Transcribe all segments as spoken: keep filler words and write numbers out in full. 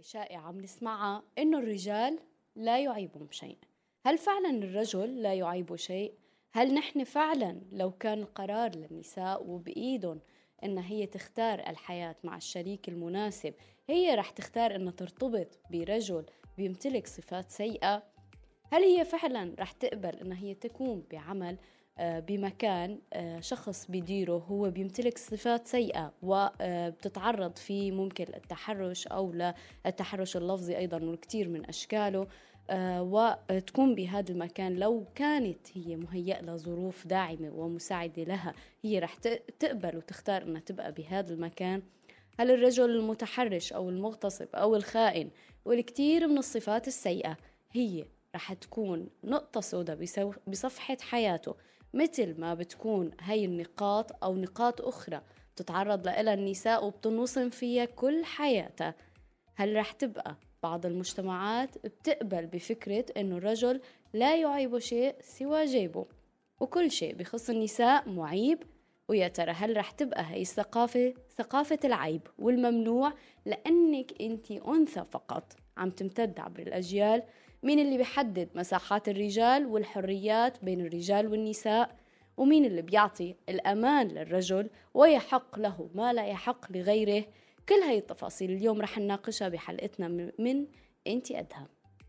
شائعة بنسمعها إنه الرجال لا يعيبهم شيء. هل فعلا الرجل لا يعيبه شيء؟ هل نحن فعلا لو كان القرار للنساء وبإيدهم إن هي تختار الحياة مع الشريك المناسب، هي رح تختار إنها ترتبط برجل بيمتلك صفات سيئة؟ هل هي فعلا رح تقبل إن هي تكون بعمل بمكان شخص بيديره هو بيمتلك صفات سيئة وبتتعرض فيه ممكن التحرش أو للتحرش اللفظي أيضا وكتير من أشكاله، وتكون بهذا المكان لو كانت هي مهيئة لظروف داعمة ومساعدة لها هي رح تقبل وتختار أنها تبقى بهذا المكان؟ هل الرجل المتحرش أو المغتصب أو الخائن والكثير من الصفات السيئة هي رح تكون نقطة سوداء بصفحة حياته مثل ما بتكون هاي النقاط أو نقاط أخرى بتتعرض لها النساء وبتنوصم فيها كل حياتها؟ هل رح تبقى بعض المجتمعات بتقبل بفكرة إنه الرجل لا يعيب شيء سوى جيبه وكل شيء بخص النساء معيب؟ ويا ترى هل رح تبقى هاي الثقافة ثقافة العيب والممنوع لأنك أنتي أنثى فقط عم تمتد عبر الأجيال؟ مين اللي بيحدد مساحات الرجال والحريات بين الرجال والنساء؟ ومين اللي بيعطي الأمان للرجل ويحق له ما لا يحق لغيره؟ كل هاي التفاصيل اليوم رح نناقشها بحلقتنا من انتي أدهى.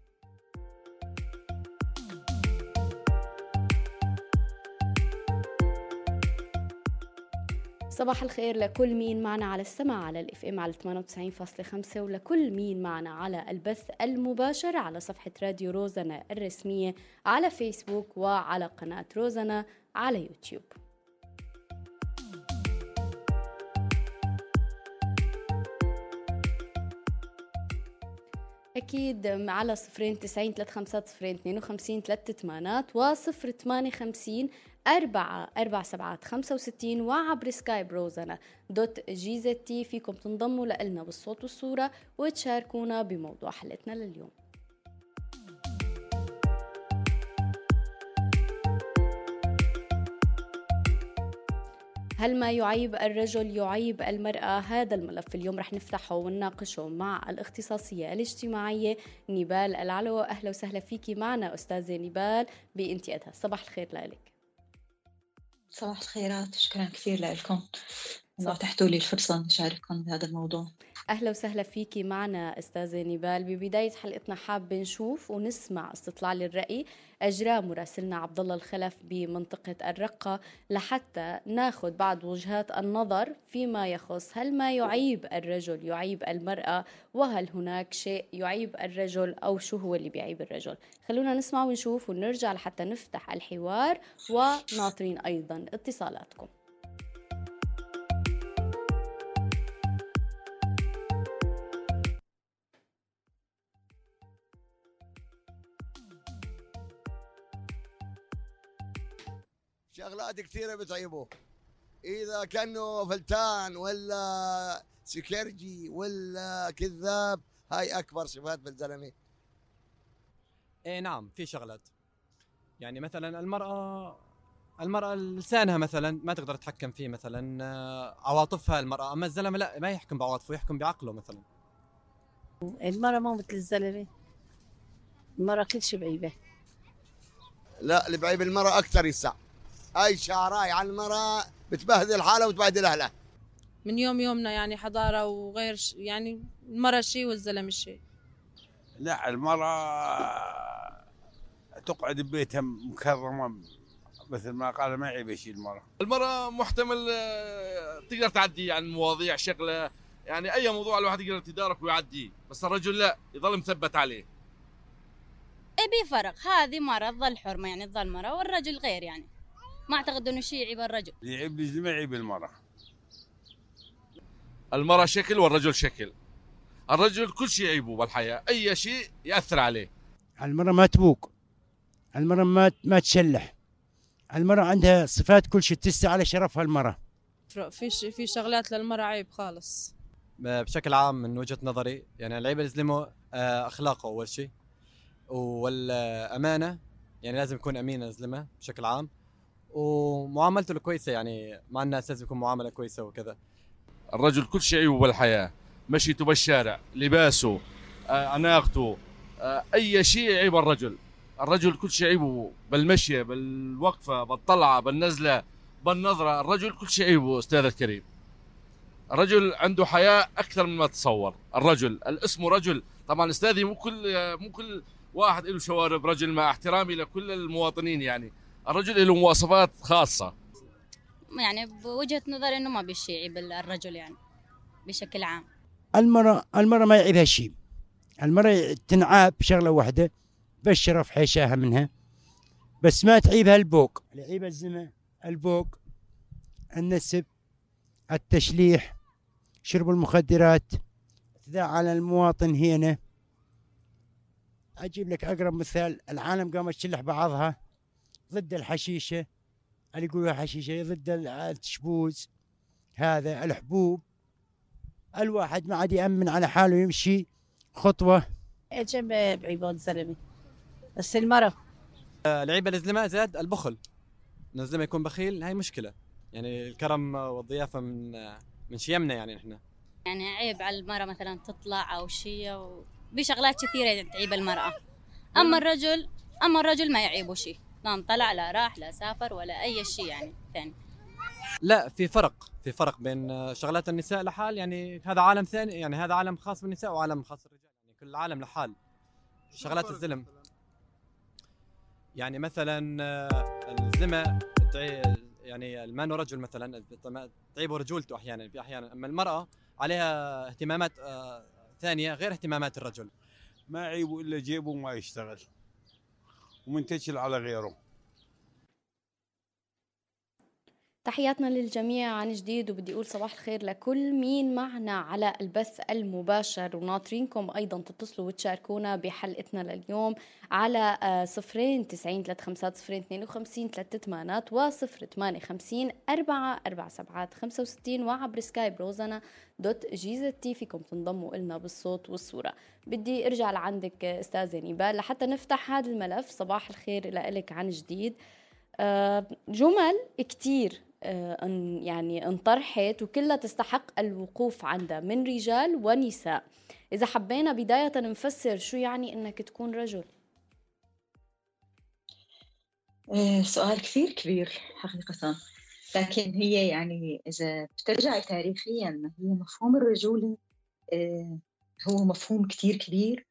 صباح الخير لكل مين معنا على السماع على الاف ام على ثمانية وتسعين فاصلة خمسة، ولكل مين معنا على البث المباشر على صفحة راديو روزانا الرسمية على فيسبوك وعلى قناة روزانا على يوتيوب. أكيد على صفرين تسعين ثلاثة خمسة صفرين اثنين وخمسين ثلاثة ثمانات وصفر ثمانية خمسين أربعة أربعة سبعة خمسة وستين وعبر سكايب روزانا دوت جي زد تي. فيكم تنضموا لنا بالصوت والصورة وتشاركونا بموضوع حلقتنا لليوم. هل ما يعيب الرجل يعيب المرأة؟ هذا الملف اليوم رح نفتحه ونناقشه مع الاختصاصية الاجتماعية نبال العلو. أهلا وسهلا فيكي معنا أستاذة نبال بإنتي أدهى. صباح الخير لك. صباح الخيرات، شكرا كثير لكم إنه أتحتوا لي الفرصة نشارككم بهذا الموضوع. أهلا وسهلا فيكي معنا أستاذة نبال. ببداية حلقتنا حاب نشوف ونسمع استطلاع للرأي أجراه مراسلنا عبد الله الخلف بمنطقة الرقة لحتى ناخذ بعض وجهات النظر فيما يخص هل ما يعيب الرجل يعيب المرأة، وهل هناك شيء يعيب الرجل أو شو هو اللي بيعيب الرجل. خلونا نسمع ونشوف ونرجع لحتى نفتح الحوار وناطرين أيضا اتصالاتكم. شغلات كثيرة بتعيبه، إذا كانه فلتان ولا سكرجي ولا كذاب، هاي أكبر صفات بالزلمة. إيه نعم، في شغلات يعني مثلا المرأة المرأة لسانها مثلا ما تقدر تتحكم فيه، مثلا عواطفها المرأة، أما الزلمة لا، ما يحكم بعواطفه، يحكم بعقله. مثلا المرأة مو مثل الزلمة، المرأة كل شيء بعيبه. لا، اللي بعيب المرأة أكثر يسع، هاي شعراي على المرأة بتبهدل حالها وتبهدل أهلها. من يوم يومنا يعني حضارة وغير ش... يعني المرأة شيء والزلمة شيء. لا، المرأة تقعد ببيتها مكرمة مثل ما قال، ما يعيب شيء. المرأة المرأة محتمل تقدر تعدي عن مواضيع شغلة، يعني أي موضوع الواحد يقدر يتدارك ويعديه، بس الرجل لا، يظل مثبت عليه. ايه بفرق، هذه مرة تظل حرمة يعني تظل مرة، والرجل غير. يعني ما اعتقد انه شيء يعيب الرجل. يعيب الرجل ما يعيب المرأة. المرأة شكل والرجل شكل. الرجل كل شيء يعيبه بالحياة، أي شيء يأثر عليه. المرأة ما تبوق، المرأة ما ما تشلح، المرأة عندها صفات كل شيء تستعلى على شرفها. المرأة في ش... في شغلات للمرأة عيب خالص. بشكل عام من وجهة نظري يعني العيب يلزمه أخلاقه أول شيء، والأمانة، يعني لازم يكون أمين يلزمه بشكل عام، ومعاملته الكويسة، يعني مع الناس لازم يكون معاملة كويسة وكذا. الرجل كل شيء عيبه بالحياة، مشيته بالشارع، لباسه، آه، اناقته، آه، اي شيء يعيب الرجل. الرجل كل شيء يعيبه، بالمشيه، بالوقفه، بالطلعه، بالنزله، بالنظره. الرجل كل شيء يعيبه استاذ الكريم. الرجل عنده حياء اكثر مما تتصور. الرجل الاسم رجل. طبعا استاذي مو كل مو كل واحد له شوارب رجل، مع احترامي لكل المواطنين. يعني الرجل له مواصفات خاصه. يعني بوجهة نظري انه ما بيشي يعيب الرجل يعني بشكل عام. المرأة المرأة ما يعيبها شيء. المرأة تنعاب بشغلة واحدة، بس شرف حيشاها منها، بس ما تعيبها البوق. اللي يعيبها الزنا، البوق، النسب، التشليح، شرب المخدرات، اعتداء على المواطن هنا. أجيب لك أقرب مثال، العالم قامت تشلح بعضها ضد الحشيشة، اللي يقولوا حشيشة، ضد الشبوز، هذا الحبوب. الواحد ما عاد يأمن على حاله يمشي خطوة. اجم بعيبون زلمه، بس المرأة العيبة للزلمة زاد البخل. إن الزلمة يكون بخيل هاي مشكلة. يعني الكرم والضيافة من من شيمنا يعني نحن. يعني عيب على المرأة مثلا تطلع او شيء، و... بشغلات كثيرة تعيب المرأة. اما الرجل اما الرجل ما يعيبه شيء، لا طلع لا راح لا سافر ولا اي شيء يعني ثاني. لا، في فرق في فرق بين شغلات النساء لحال. يعني هذا عالم ثاني، يعني هذا عالم خاص بالنساء وعالم خاص بالرجال. يعني كل عالم لحال. شغلات الزلم يعني مثلا الزلمة يعني المانو رجل مثلا تعيبه رجولته احيانا في احيانا، اما المرأة عليها اهتمامات ثانية غير اهتمامات الرجل. ما يعيبه الا جيبه وما يشتغل ومنتشل على غيره. تحياتنا للجميع عن جديد، وبدي أقول صباح الخير لكل مين معنا على البث المباشر، وناطرينكم أيضا تتصلوا وتشاركونا بحلقتنا لليوم على صفرين تسعين ثلاثة خمسات صفرين اثنين وخمسين ثلاثة ثمانات وصفر ثمانية خمسين أربعة أربعة سبعات خمسة وستين، وعبر سكايب روزانا دوت جيزتي فيكم تنضموا إلنا بالصوت والصورة. بدي أرجع لعندك أستاذة نيبال لحتى نفتح هذا الملف. صباح الخير لك عن جديد. جمل كتير يعني انطرحت وكلها تستحق الوقوف عندها من رجال ونساء. إذا حبينا بداية نفسر شو يعني إنك تكون رجل. سؤال كثير كبير حقيقة، لكن هي يعني إذا بترجعي تاريخيا، هي مفهوم الرجولة هو مفهوم كثير كبير،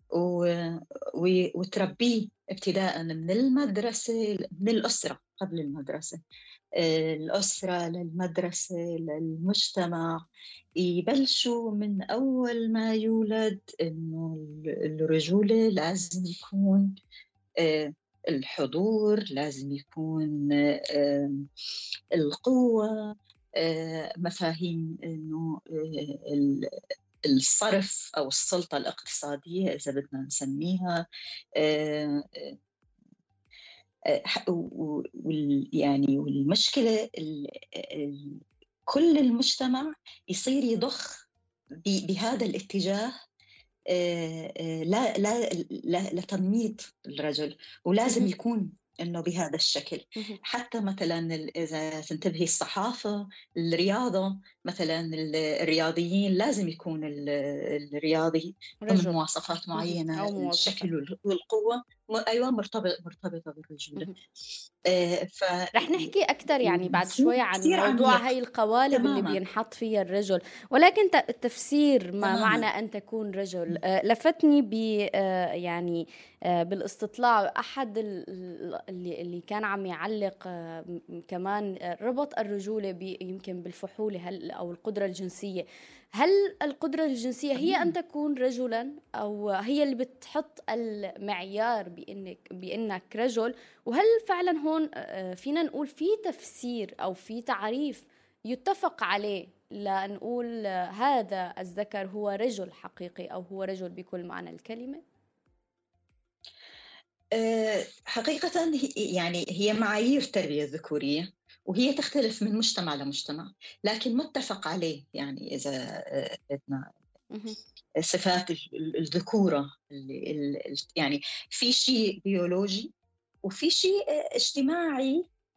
وتربيه ابتداء من المدرسة، من الأسرة قبل المدرسة، الأسرة للمدرسة للمجتمع. يبلشوا من أول ما يولد إنه الرجولة لازم يكون الحضور، لازم يكون القوة، مفاهيم إنه الصرف أو السلطة الاقتصادية إذا بدنا نسميها. يعني والمشكلة كل المجتمع يصير يضخ بهذا الاتجاه لا لا لا لتنميط الرجل، ولازم يكون إنه بهذا الشكل. حتى مثلا إذا تنتبهي الصحافة، الرياضة مثلا، الرياضيين لازم يكون الرياضي ضمن مواصفات معينة، الشكل والقوة أيوة مرتبط مرتبطة بالرجولة. آه ف رح نحكي أكثر يعني بعد شوي عن موضوع هاي القوالب تماماً اللي بينحط فيها الرجل، ولكن التفسير ما تماماً. معنى أن تكون رجل آه لفتني ب آه يعني آه بالاستطلاع أحد اللي اللي كان عم يعلق آه كمان ربط الرجولة يمكن بالفحولة هل أو القدرة الجنسية. هل القدرة الجنسية هي أن تكون رجلاً، أو هي اللي بتحط المعيار بإنك بإنك رجل؟ وهل فعلاً هون فينا نقول في تفسير أو في تعريف يتفق عليه لنقول هذا الذكر هو رجل حقيقي أو هو رجل بكل معنى الكلمة؟ حقيقة يعني هي معايير تربية ذكورية، وهي تختلف من مجتمع لمجتمع، لكن متفق عليه. يعني إذا بدنا صفات الذكورة، يعني في شيء بيولوجي وفي شيء اجتماعي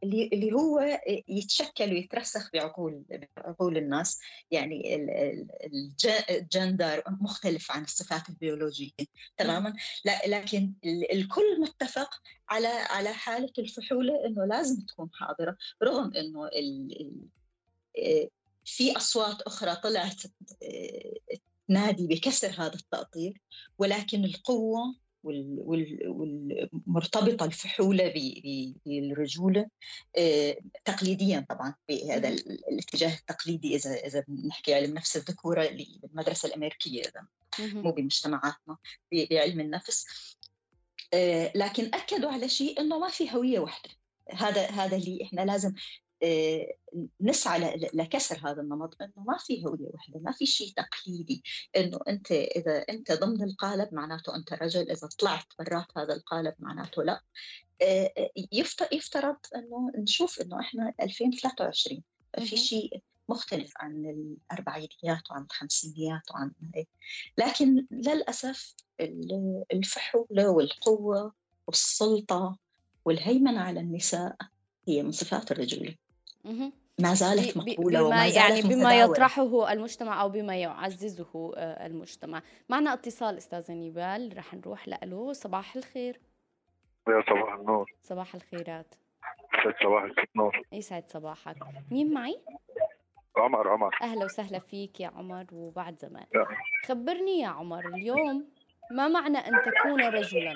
اللي اللي هو يتشكل ويترسخ بعقول بعقول الناس. يعني ال- ال- الج- الجندر مختلف عن الصفات البيولوجية تماما. لا لكن ال- الكل متفق على على حالة الفحولة إنه لازم تكون حاضرة، رغم إنه ال- ال- آه، في أصوات أخرى طلعت آه، تنادي بكسر هذا التأطير، ولكن القوة وال- وال- والمرتبطة الفحولة ب- ب- بالرجولة آه، تقليديا طبعا بهذا مهم. ال- الاتجاه التقليدي، إذا إذا بنحكي علم نفس الذكورة اللي بالمدرسة الأمريكية، إذا مهم. مو بمجتمعاتنا ب- بعلم النفس. آه، لكن أكدوا على شيء إنه ما في هوية واحدة. هذا هذا اللي إحنا لازم آه، نسعى ل- لكسر هذا النمط، إنه ما في هوية واحدة، ما في شيء تقليدي إنه أنت إذا أنت ضمن القالب معناته أنت رجل، إذا طلعت برات هذا القالب معناته لا. آه، آه، يفت- يفترض إنه نشوف إنه إحنا ألفين وثلاثة وعشرين في مهم. شيء مختلف عن الأربعينيات وعن الخمسينيات وعن هيك. لكن للأسف ال- الفحولة والقوة والسلطة والهيمنة على النساء هي من صفات الرجولة، مهم. ما ب- زالت ب- مقبولة بما وما يعني زالت بما متداولة. يطرحه المجتمع أو بما يعززه آه، المجتمع. معنا اتصال أستاذة نيبال، رح نروح له. صباح الخير. يا صباح النور. صباح الخيرات. يسعد صباحك نور. يسعد صباحك. مين معي؟ عمر. عمر أهلا وسهلا فيك يا عمر، وبعد زمان. يا. خبرني يا عمر، اليوم ما معنى أن تكون رجلا؟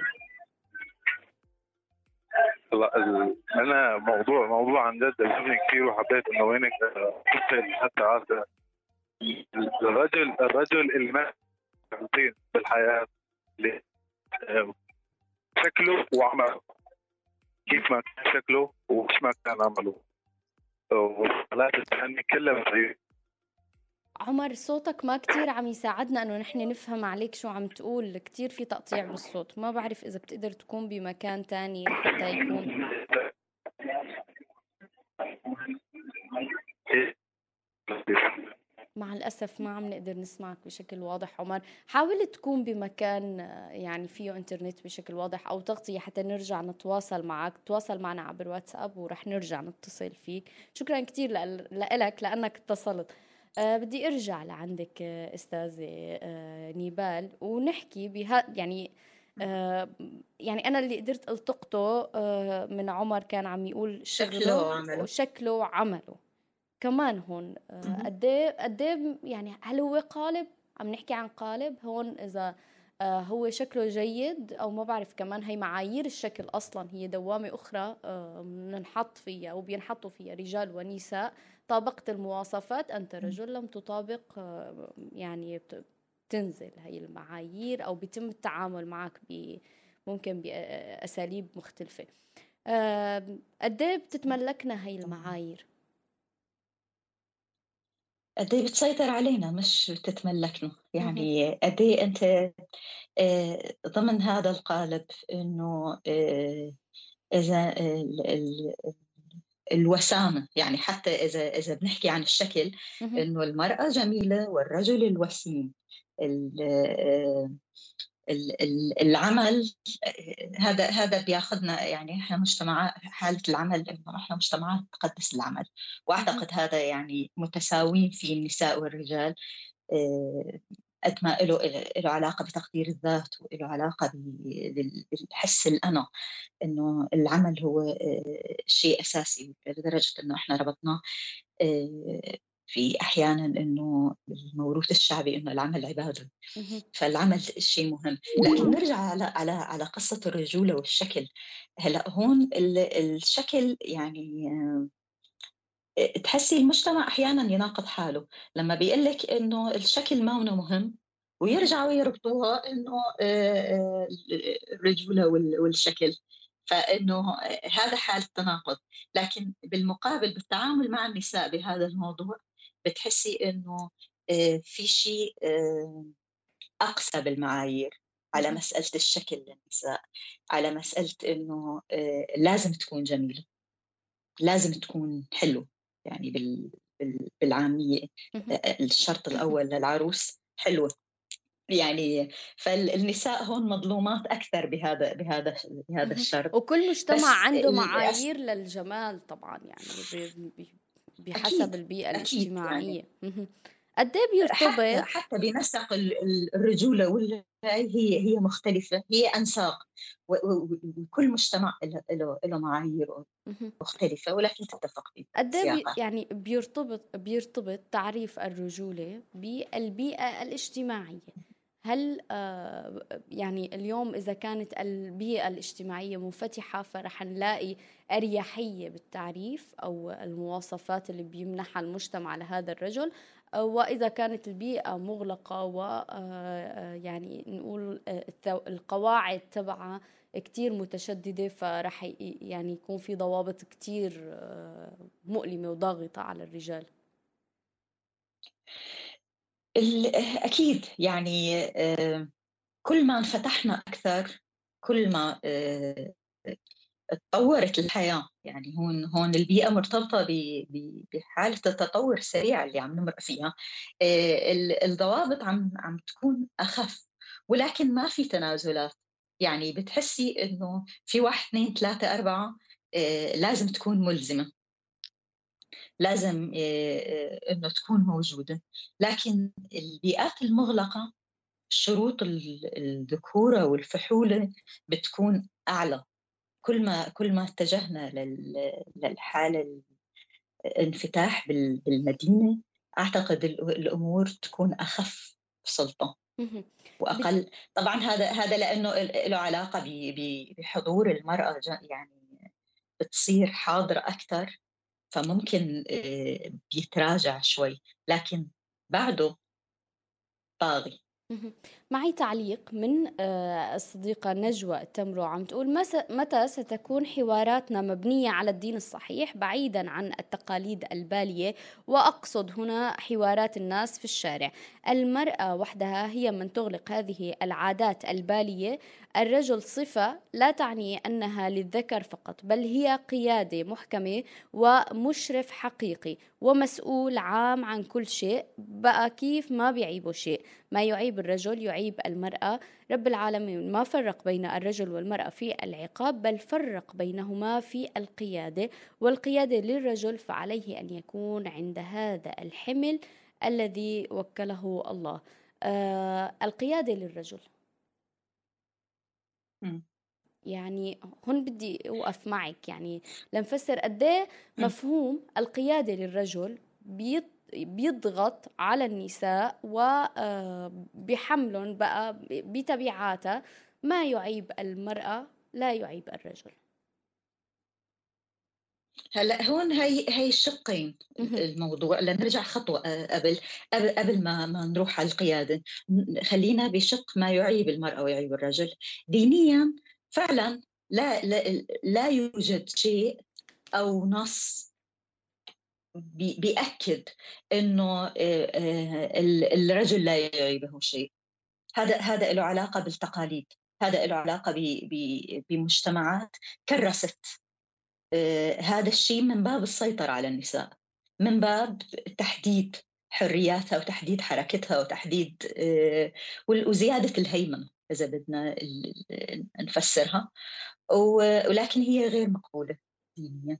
لا ال... انا موضوع موضوع عن جد عجبني كثير، وحبيت انه وينك تسال حتى عاد الرجل الرجل اللي ما روتين بالحياه، اللي آه، شكله وعمله، كيف ما كان شكله وش ما كان عمله، والحالات الثانيه كلها بتغير. عمر صوتك ما كتير عم يساعدنا انه نحن نفهم عليك شو عم تقول، كتير في تقطيع بالصوت. ما بعرف اذا بتقدر تكون بمكان تاني لحتى يكون. مع الأسف ما عم نقدر نسمعك بشكل واضح عمر. حاول تكون بمكان آه، يعني فيه انترنت بشكل واضح أو تغطية حتى نرجع نتواصل معك. تواصل معنا عبر واتساب ورح نرجع نتصل فيك. شكرا كتير لأل- لألك لأنك اتصلت. أه بدي ارجع لعندك آه، استاذه أه نيبال، ونحكي بها يعني أه يعني انا اللي قدرت التقطه أه من عمر كان عم يقول شكله شغله وعمله. وشكله وعمله كمان هون. أه قد ايه قد ايه يعني هل هو قالب؟ عم نحكي عن قالب هون. اذا أه هو شكله جيد او ما بعرف، كمان هي معايير الشكل اصلا هي دوامه اخرى أه بننحط فيها او بينحطوا فيها رجال ونساء. طابقت المواصفات أنت رجل، لم تطابق آه، يعني بت- بتنزل هاي المعايير أو بيتم التعامل معك ب ممكن بأساليب مختلفة. آه، قد ايه بتتملكنا هاي المعايير؟ قد ايه بتسيطر علينا مش بتتملكنا. مهم. يعني قد ايه انت آه، ضمن هذا القالب، انه آه، اذا ال- ال- الوسامة، يعني حتى إذا إذا بنحكي عن الشكل، مهم. إنه المرأة جميلة والرجل الوسيم. ال- آه، ال- ال- العمل آه، هذا هذا بياخذنا، يعني احنا مجتمعات، حالة العمل انه احنا مجتمعات تقدس العمل، مهم. واعتقد هذا يعني متساويين فيه النساء والرجال. آه، قد ما له له علاقة بتقدير الذات وله علاقة بال- بالحس الأنا، إنه العمل هو آه، شيء أساسي، لدرجة إنه إحنا ربطناه آه، في أحيانا إنه الموروث الشعبي إنه العمل عبادة، مهم. فالعمل شيء مهم. لكن نرجع على على على قصة الرجولة والشكل. هلا هون ال- الشكل يعني آه، تحسي المجتمع أحيانا يناقض حاله لما بيقلك إنه الشكل ما هو مهم، مهم. ويرجعوا يربطوها إنه آه، آه، الرجولة وال- والشكل. فإنه هذا حال تناقض. لكن بالمقابل بالتعامل مع النساء بهذا الموضوع بتحسي إنه آه، في شيء آه، أقسى بالمعايير على مهم. مسألة الشكل للنساء، على مسألة إنه آه، لازم تكون جميلة، لازم تكون حلو. يعني بال... بال... بالعامية مهم. آه، الشرط الأول للعروس حلوة. يعني فالنساء هون مظلومات أكثر بهذا بهذا بهذا الشرط. وكل مجتمع عنده معايير للجمال طبعا، يعني بحسب أكيد. البيئة أكيد الاجتماعية يعني. قد ايه بيرتبط حتى, حتى بنسق الرجولة ولا هي هي مختلفة، هي أنساق، وكل مجتمع له له معايير مختلفة ولكن تتفق فيه. قد ايه يعني بيرتبط بيرتبط تعريف الرجولة بالبيئة الاجتماعية؟ هل آه يعني اليوم إذا كانت البيئة الاجتماعية منفتحة فرح نلاقي أريحية بالتعريف أو المواصفات اللي بيمنحها المجتمع لهذا الرجل، وإذا كانت البيئة مغلقة و يعني نقول القواعد تبعها كتير متشددة فرح يعني يكون في ضوابط كتير مؤلمة وضاغطة على الرجال. أكيد يعني كل ما انفتحنا أكثر كل ما تطورت الحياة. يعني هون هون البيئة مرتبطة بحالة التطور السريع اللي عم نمر فيها. الضوابط عم عم تكون أخف، ولكن ما في تنازلات. يعني بتحسي إنه في واحد اثنين ثلاثة أربعة لازم تكون ملزمة، لازم إنه تكون موجودة. لكن البيئات المغلقة شروط الذكورة والفحولة بتكون أعلى. كل ما كل ما اتجهنا للحالة الانفتاح بالمدينة، أعتقد الأمور تكون أخف سلطة وأقل. طبعا هذا هذا لأنه له علاقة بحضور المرأة، يعني بتصير حاضرة أكثر، فممكن بيتراجع شوي، لكن بعده طاغي. معي تعليق من الصديقة نجوى التمرو، عم تقول متى ستكون حواراتنا مبنية على الدين الصحيح بعيدا عن التقاليد البالية؟ وأقصد هنا حوارات الناس في الشارع. المرأة وحدها هي من تغلق هذه العادات البالية. الرجل صفة لا تعني أنها للذكر فقط، بل هي قيادة محكمة ومشرف حقيقي ومسؤول عام عن كل شيء. بقى كيف ما بيعيبه شيء، ما يعيب الرجل يعيب المرأة. رب العالمين ما فرق بين الرجل والمرأة في العقاب، بل فرق بينهما في القيادة، والقيادة للرجل فعليه أن يكون عند هذا الحمل الذي وكله الله. آه القيادة للرجل. م. يعني هون بدي أوقف معك، يعني لنفسر قد ايه مفهوم القيادة للرجل بيضغط على النساء وبيحملن بقى بتبعاتها ما يعيب المرأة لا يعيب الرجل. هلا هون هي هي الشقين الموضوع. لنرجع خطوه قبل قبل قبل ما ما نروح على القياده، خلينا بشق ما يعيب المراه ويعيب الرجل. دينيا فعلا لا لا, لا يوجد شيء او نص بيأكد انه الرجل لا يعيبه شيء. هذا هذا له علاقه بالتقاليد، هذا له علاقه بمجتمعات كرست هذا الشيء من باب السيطرة على النساء، من باب تحديد حرياتها وتحديد حركتها وتحديد وزيادة الهيمنة إذا بدنا نفسرها، ولكن هي غير مقبولة دينيا.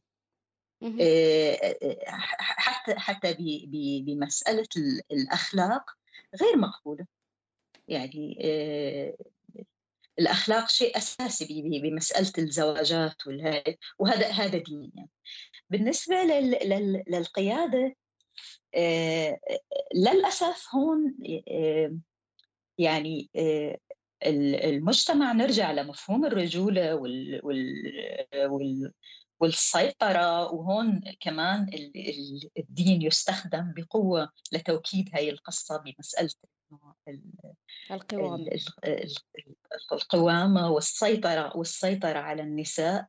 حتى حتى بمسألة الأخلاق غير مقبولة. يعني الأخلاق شيء أساسي بمسألة الزواجات والهاي، وهذا هذا دينيا. يعني. بالنسبة لل لل للقيادة آه للأسف هون آه يعني آه المجتمع نرجع لمفهوم الرجولة وال وال والسيطرة، وهون كمان الدين يستخدم بقوة لتوكيد هاي القصة بمسألة القوامة القوامة والسيطرة والسيطرة على النساء.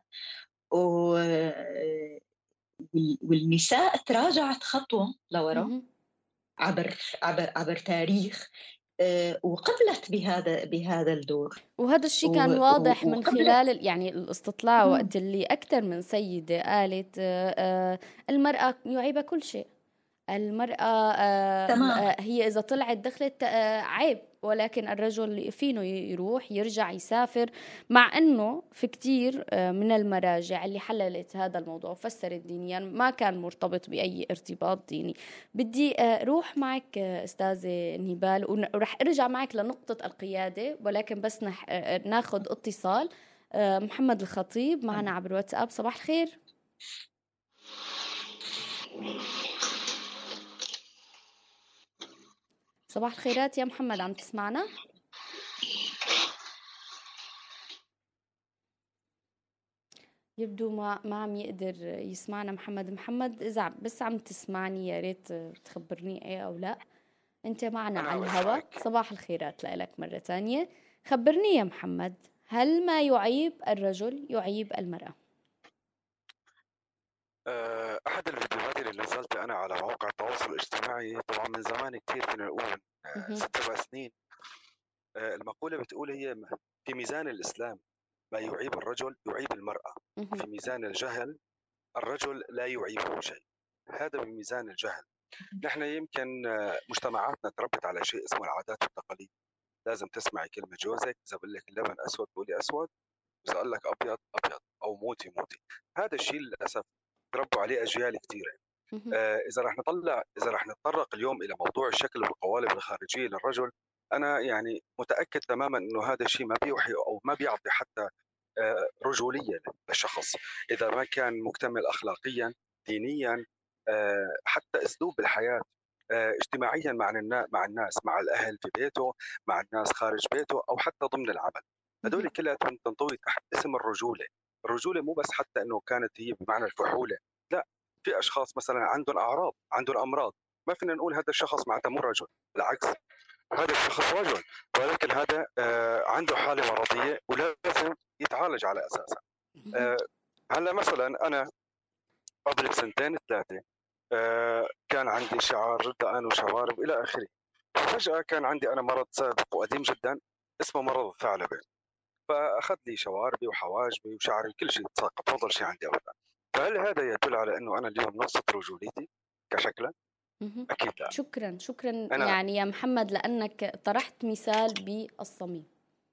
والنساء تراجعت خطوة لورا عبر عبر عبر تاريخ وقبلت بهذا بهذا الدور. وهذا الشيء كان واضح من خلال يعني الاستطلاع، وقت اللي أكثر من سيدة قالت المرأة يعيبها كل شيء. المرأة هي إذا طلعت دخلت عيب، ولكن الرجل فينه يروح يرجع يسافر، مع أنه في كتير من المراجع اللي حللت هذا الموضوع وفسرت دينيا ما كان مرتبط بأي ارتباط ديني. بدي روح معك أستاذة نيبال ورح أرجع معك لنقطة القيادة، ولكن بس نح... ناخد اتصال. محمد الخطيب معنا عبر واتساب. صباح الخير. صباح الخيرات يا محمد، عم تسمعنا؟ يبدو ما ما عم يقدر يسمعنا محمد. محمد إذا بس عم تسمعني يا ريت تخبرني إيه أو لا. أنت معنا على الهواء. صباح الخيرات لك مرة تانية. خبرني يا محمد، هل ما يعيب الرجل يعيب المرأة؟ أحد الفيديوهات اللي نزلتها أنا على مواقع التواصل الاجتماعي طبعا من زمان كتير، فينا نقول ست سبع سنين. المقولة بتقول هي في ميزان الإسلام ما يعيب الرجل يعيب المرأة، في ميزان الجهل الرجل لا يعيبه شيء. هذا بميزان الجهل. نحن يمكن مجتمعاتنا تربت على شيء اسمه العادات والتقاليد. لازم تسمعي كلمة جوزك، إذا بقول لك اللبن أسود تقولي أسود، إذا قال لك أبيض أبيض، أو موتي موتي. هذا الشيء للأسف تربوا عليه أجيال كثيرة. آه إذا رح نطلع إذا رح نتطرق اليوم إلى موضوع الشكل والقوالب الخارجية للرجل، أنا يعني متأكد تماما إنه هذا الشيء ما بيوحي أو ما بيعطي حتى آه رجولية للشخص إذا ما كان مكتمل أخلاقيا، دينيا، آه حتى أسلوب الحياة، آه اجتماعيا مع الناس مع الناس مع الأهل في بيته، مع الناس خارج بيته، أو حتى ضمن العمل. هذول كلها تنطوي تحت اسم الرجولة. الرجولة مو بس حتى إنه كانت هي بمعنى الفحولة، لا، في أشخاص مثلا عندهم أعراض، عندهم أمراض، ما فينا نقول هذا الشخص معناته مو رجل، بالعكس هذا الشخص رجل، ولكن هذا آه عنده حالة مرضية ولازم يتعالج على أساسها. آه هلا مثلا أنا قبل سنتين ثلاثة آه كان عندي شعر ردقان وشوارب إلى آخره، ففجأة كان عندي أنا مرض سابق وقديم جدا اسمه مرض الثعلبة، فأخذ لي شواربي وحواجبي وشعري كل شيء تساقط، ما ضل شيء عندي أبدا. فهل هذا يدل على أنه أنا اليوم نقصت رجوليتي كشكلا؟ أكيد لا. شكرا شكرا يعني يا محمد لأنك طرحت مثال بالصميم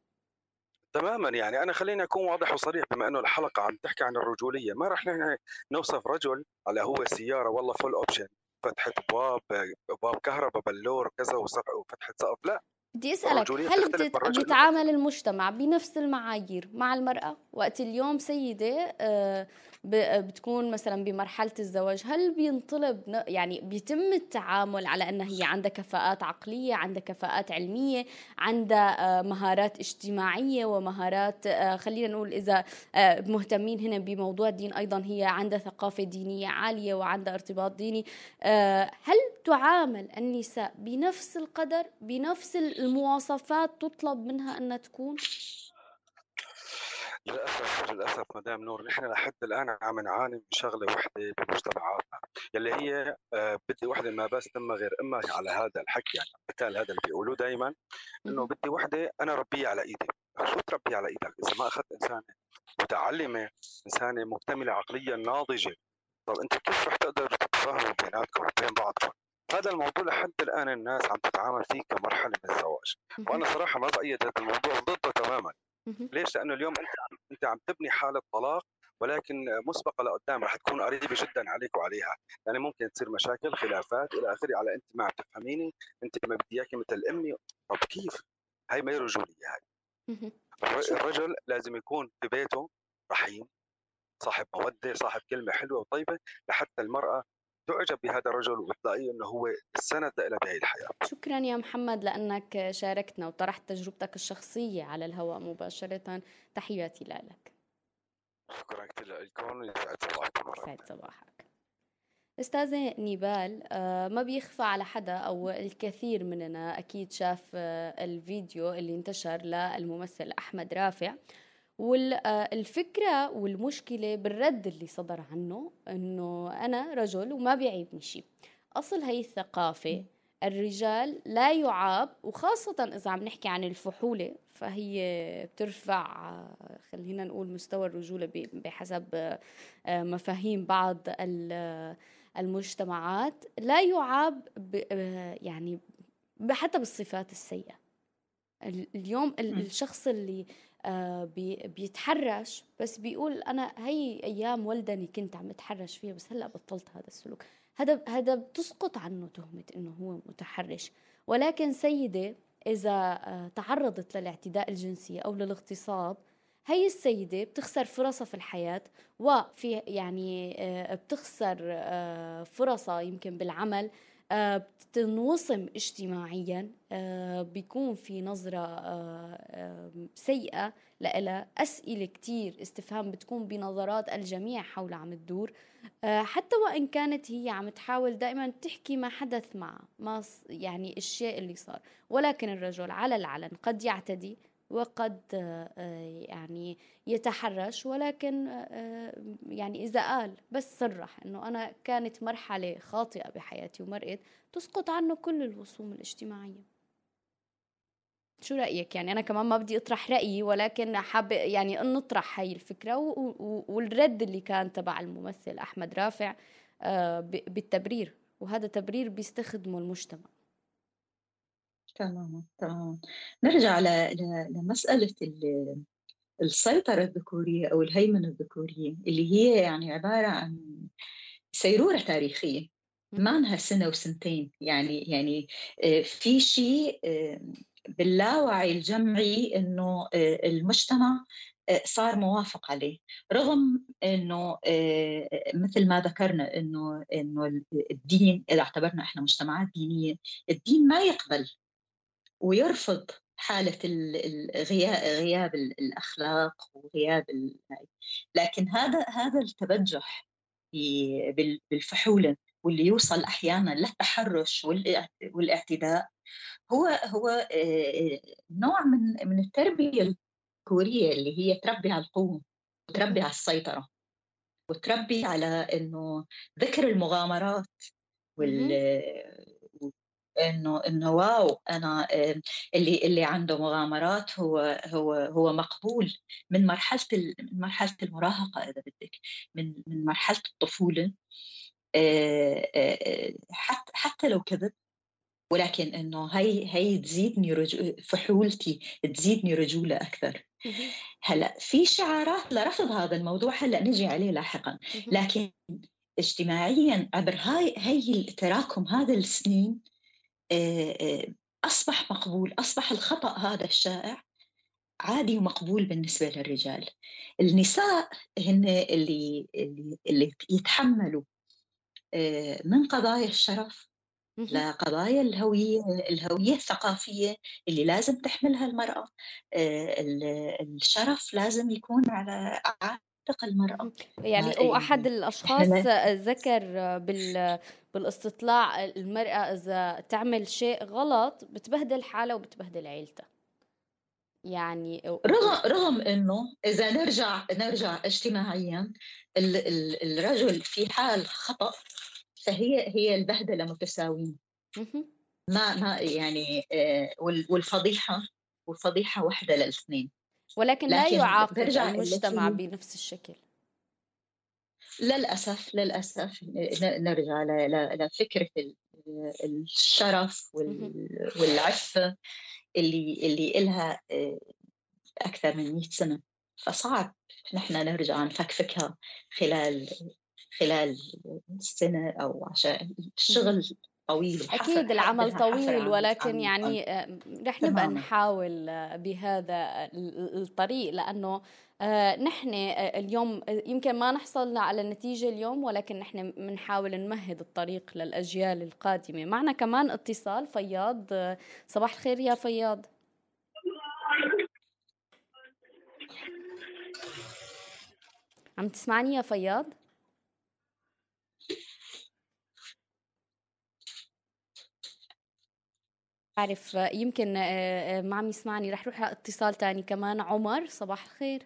تماما. يعني أنا خليني أكون واضح وصريح، بما أنه الحلقة عم تحكي عن الرجولية، ما رح نوصف رجل على هو سيارة والله فول أوبشن، فتحة أبواب، أبواب كهرباء، بلور كذا وفتحة سقف، لا. بدي أسألك، هل بيتعامل المجتمع بنفس المعايير مع المرأة؟ وقت اليوم سيدة بتكون مثلا بمرحلة الزواج، هل بينطلب يعني بيتم التعامل على أنها هي عندها كفاءات عقلية، عندها كفاءات علمية، عندها مهارات اجتماعية ومهارات خلينا نقول إذا مهتمين هنا بموضوع الدين أيضا هي عندها ثقافة دينية عالية وعندها ارتباط ديني. هل تعامل النساء بنفس القدر بنفس المواصفات تطلب منها أن تكون؟ للأسف للأسف مدام نور، نحن لحد الآن عم نعاني من شغلة وحدة بمجتمعاتنا، يلي هي آه بدي وحدة ما بس تم غير إما على هذا الحكي، يعني مثال هذا اللي بيقولوه دائما إنه بدي وحدة أنا ربية على إيدي. شو تربي على إيدك إذا ما أخذت إنسانة متعلمة، إنسانة مكتملة عقليا ناضجة؟ طب أنت كيف رح تقدر تتفاهموا بيناتكم وبين بعضكم؟ هذا الموضوع لحد الآن الناس عم تتعامل فيه كمرحلة من الزواج، وأنا صراحة ما بأيد هذا الموضوع، ضده تماما. ليش؟ لأنه اليوم أنت أنت عم تبني حالة طلاق، ولكن مسبقة لقدام رح تكون قريبة جدا عليك وعليها، يعني ممكن تصير مشاكل، خلافات إلى آخره، على أنت ما عم تفهميني، أنت ما بدي إياكي مثل أمي. طب كيف؟ هاي ما هي رجولية. هاي الرجل لازم يكون في بيته رحيم، صاحب مودة، صاحب كلمة حلوة وطيبة، لحتى المرأة تعجب بهذا الرجل وتلاقيه انه هو السند لها بهي الحياه. شكرا يا محمد لانك شاركتنا وطرحت تجربتك الشخصيه على الهواء مباشره. تحياتي لك. شكرا كثير لكم، يسعد صباحكم. يسعد صباحك. استاذه نيبال، ما بيخفى على حدا او الكثير مننا اكيد شاف الفيديو اللي انتشر للممثل احمد رافع، والفكرة والمشكلة بالرد اللي صدر عنه إنه أنا رجل وما بيعيبني شيء. أصل هي الثقافة الرجال لا يعاب، وخاصة إذا عم نحكي عن الفحولة فهي بترفع خلينا نقول مستوى الرجولة بحسب مفاهيم بعض المجتمعات. لا يعاب يعني حتى بالصفات السيئة، اليوم الشخص اللي بيتحرش بس بيقول أنا هي أيام ولدني كنت عم أتحرش فيها بس هلأ بطلت هذا السلوك، هذا هذا بتسقط عنه تهمة إنه هو متحرش. ولكن سيدة إذا تعرضت للاعتداء الجنسي أو للاغتصاب، هي السيدة بتخسر فرصها في الحياة، وفي يعني بتخسر فرصها يمكن بالعمل، بتنوصم اجتماعيا، بيكون في نظرة سيئة لها، أسئلة كتير استفهام بتكون بنظرات الجميع حول عم تدور، حتى وإن كانت هي عم تحاول دائما تحكي ما حدث معها، ما يعني الشيء اللي صار. ولكن الرجل على العلن قد يعتدي وقد يعني يتحرش، ولكن يعني إذا قال بس صرح إنه أنا كانت مرحلة خاطئة بحياتي ومرقت، تسقط عنه كل الوصوم الاجتماعية. شو رأيك؟ يعني أنا كمان ما بدي أطرح رأيي، ولكن حابة يعني أن نطرح هاي الفكرة، والرد اللي كان تبع الممثل أحمد رافع بالتبرير، وهذا تبرير بيستخدمه المجتمع. تماما تماما. نرجع لمسألة السيطرة الذكورية أو الهيمنة الذكورية، اللي هي يعني عبارة عن سيرورة تاريخية ما لها سنة وسنتين. يعني يعني في شيء باللاوعي الجمعي إنه المجتمع صار موافق عليه، رغم إنه مثل ما ذكرنا إنه إنه الدين، إذا اعتبرنا إحنا مجتمعات دينية، الدين ما يقبل ويرفض حالة غياب الأخلاق وغياب، لكن هذا هذا التبجح بالفحولة واللي يوصل أحيانا للتحرش والاعتداء هو هو نوع من من التربية الذكورية اللي هي تربي على القوة وتربي على السيطرة وتربي على إنه ذكر المغامرات وال انه انه واو انا اللي اللي عنده مغامرات هو هو هو مقبول من مرحله من مرحله المراهقه، اذا بدك من من مرحله الطفوله، حتى حتى لو كذب، ولكن انه هي هي تزيدني رجو فحولتي، تزيدني رجوله اكثر. هلا في شعارات لرفض هذا الموضوع، هلا نجي عليه لاحقا، لكن اجتماعيا عبر هاي هي التراكم هذا السنين أصبح مقبول، أصبح الخطأ هذا الشائع عادي ومقبول بالنسبة للرجال. النساء هن اللي اللي, اللي يتحملوا من قضايا الشرف لقضايا الهوية الهوية الثقافية اللي لازم تحملها المرأة. الشرف لازم يكون على عاتق المرأة. يعني وأحد الأشخاص ذكر بال بالاستطلاع المرأة إذا تعمل شيء غلط بتبهدل حالها وبتبهدل عيلتها. يعني رغم رغم إنه إذا نرجع نرجع اجتماعيا الرجل في حال خطأ فهي هي البهدلة متساويين. ما ما يعني والفضيحة والفضيحة واحدة للاثنين، ولكن لا يعاقب المجتمع بنفس الشكل. للأسف للأسف نرجع لفكرة الشرف والعفة اللي اللي إلها أكثر من مئة سنة، فصعب نحن نرجع نفكفكها خلال خلال سنة أو عشان الشغل طويل. أكيد العمل طويل، ولكن يعني رح نبقى نحاول بهذا الطريق، لأنه نحن اليوم يمكن ما نحصل على النتيجة اليوم، ولكن نحن بنحاول نمهد الطريق للأجيال القادمة. معنا كمان اتصال فياض. صباح الخير يا فياض. عم تسمعني يا فياض؟ أعرف يمكن ما عم يسمعني. رح روح اتصال تاني كمان. عمر صباح الخير.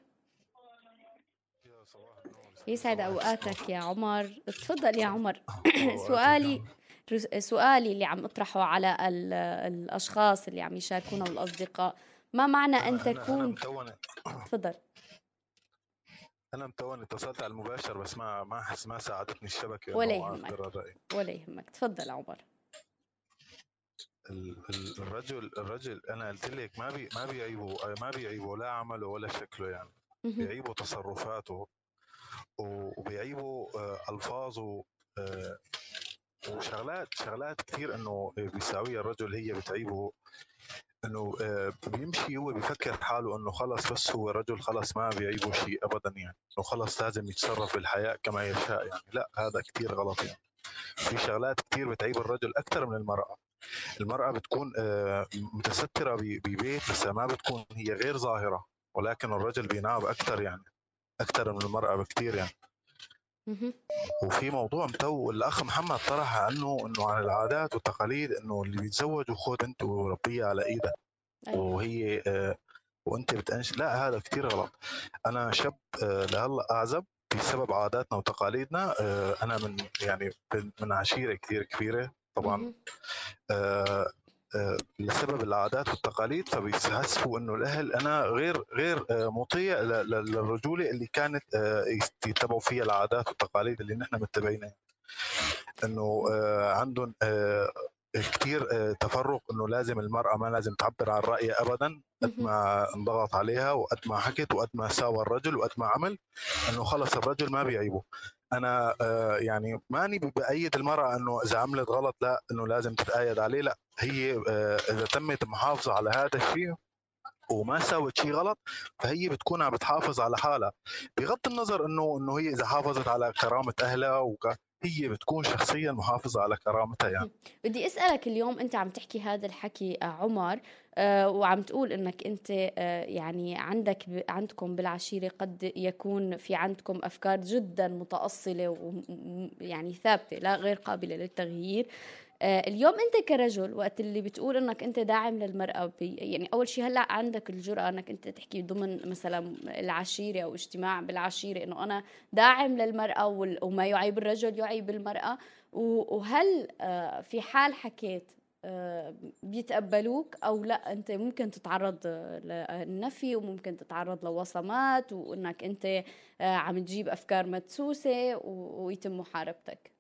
يسعد أوقاتك يا عمر، تفضل يا عمر. سؤالي سؤالي اللي عم أطرحه على الأشخاص اللي عم يشاركونا والأصدقاء، ما معنى أن تكون؟ تفضل. أنا متوني اتصلت على المباشر بس ما ما حس ما ساعدتني الشبكة. ولا يهمك ولا يهمك. تفضل عمر. ال- ال- الرجل الرجل انا قلت لك ما بي ما بيعيبوا ما بيعيبوا لا عمله ولا شكله يعني، بيعيبوا تصرفاته و- وبيعيبوا آه، الفاظه، آه، وشغلات شغلات كثير انه بيساويها الرجل هي بتعيبه. انه آه، بيمشي هو بيفكر حاله انه خلص بس هو رجل خلص ما بيعيبه شيء ابدا يعني، انه خلص لازم يتصرف بالحياة كما يشاء يعني. لا، هذا كثير غلط يعني. في شغلات كثير بتعيب الرجل اكثر من المرأة. المرأة بتكون آه، متسترة ب- ببيت بس ما بتكون هي غير ظاهرة، ولكن الرجل بينعب اكثر يعني، اكثر من المرأة بكثير يعني. وفي موضوع متو الاخ محمد طرح عنه انه عن العادات والتقاليد، انه اللي بيتزوج وخذ انت وربيه على ايدك وهي آه، وانت بتأنش. لا، هذا كثير غلط. انا شاب آه، لهلا اعزب بسبب عاداتنا وتقاليدنا. آه، انا من يعني من عشيره كثير كبيره طبعا، آه، آه، لسبب العادات والتقاليد، فبيحسبوا انه الاهل انا غير غير آه، مطيع ل- ل- للرجوله اللي كانت آه، يتبعوا فيها العادات والتقاليد اللي نحن متبعينها. انه آه، عندهم آه، كثير آه، تفرق، انه لازم المراه ما لازم تعبر عن رايها ابدا، قد ما انضغط عليها وقد ما حكت وقد ما ساوى الرجل وقد ما عمل، انه خلص الرجل ما بيعيبه. انا آه، يعني ماني بايد المراه انه اذا عملت غلط لا انه لازم تتأيد عليه، لا، هي آه، اذا تمت محافظه على هذا الشيء وما سوت شيء غلط، فهي بتكون عم بتحافظ على حالها، بغض النظر انه انه هي اذا حافظت على كرامه اهلها وك... هي بتكون شخصيا محافظه على كرامتها يعني. بدي أسألك اليوم، أنت عم تحكي هذا الحكي آه، عمر، آه، وعم تقول إنك أنت آه، يعني عندك ب- عندكم بالعشيرة قد يكون في عندكم أفكار جدا متأصلة ويعني ثابتة لا غير قابلة للتغيير. آه، اليوم أنت كرجل وقت اللي بتقول إنك أنت داعم للمرأة، بي يعني أول شيء هلأ عندك الجرأة إنك أنت تحكي ضمن مثلا العشيرة أو اجتماع بالعشيرة إنه أنا داعم للمرأة وال- وما يعيب الرجل يعيب المرأة. و- وهل آه، في حال حكيت آه، بيتقبلوك أو لا أنت ممكن تتعرض آه، للنفي وممكن تتعرض لوصمات وإنك أنت آه، عم تجيب أفكار مدسوسة و- ويتم محاربتك؟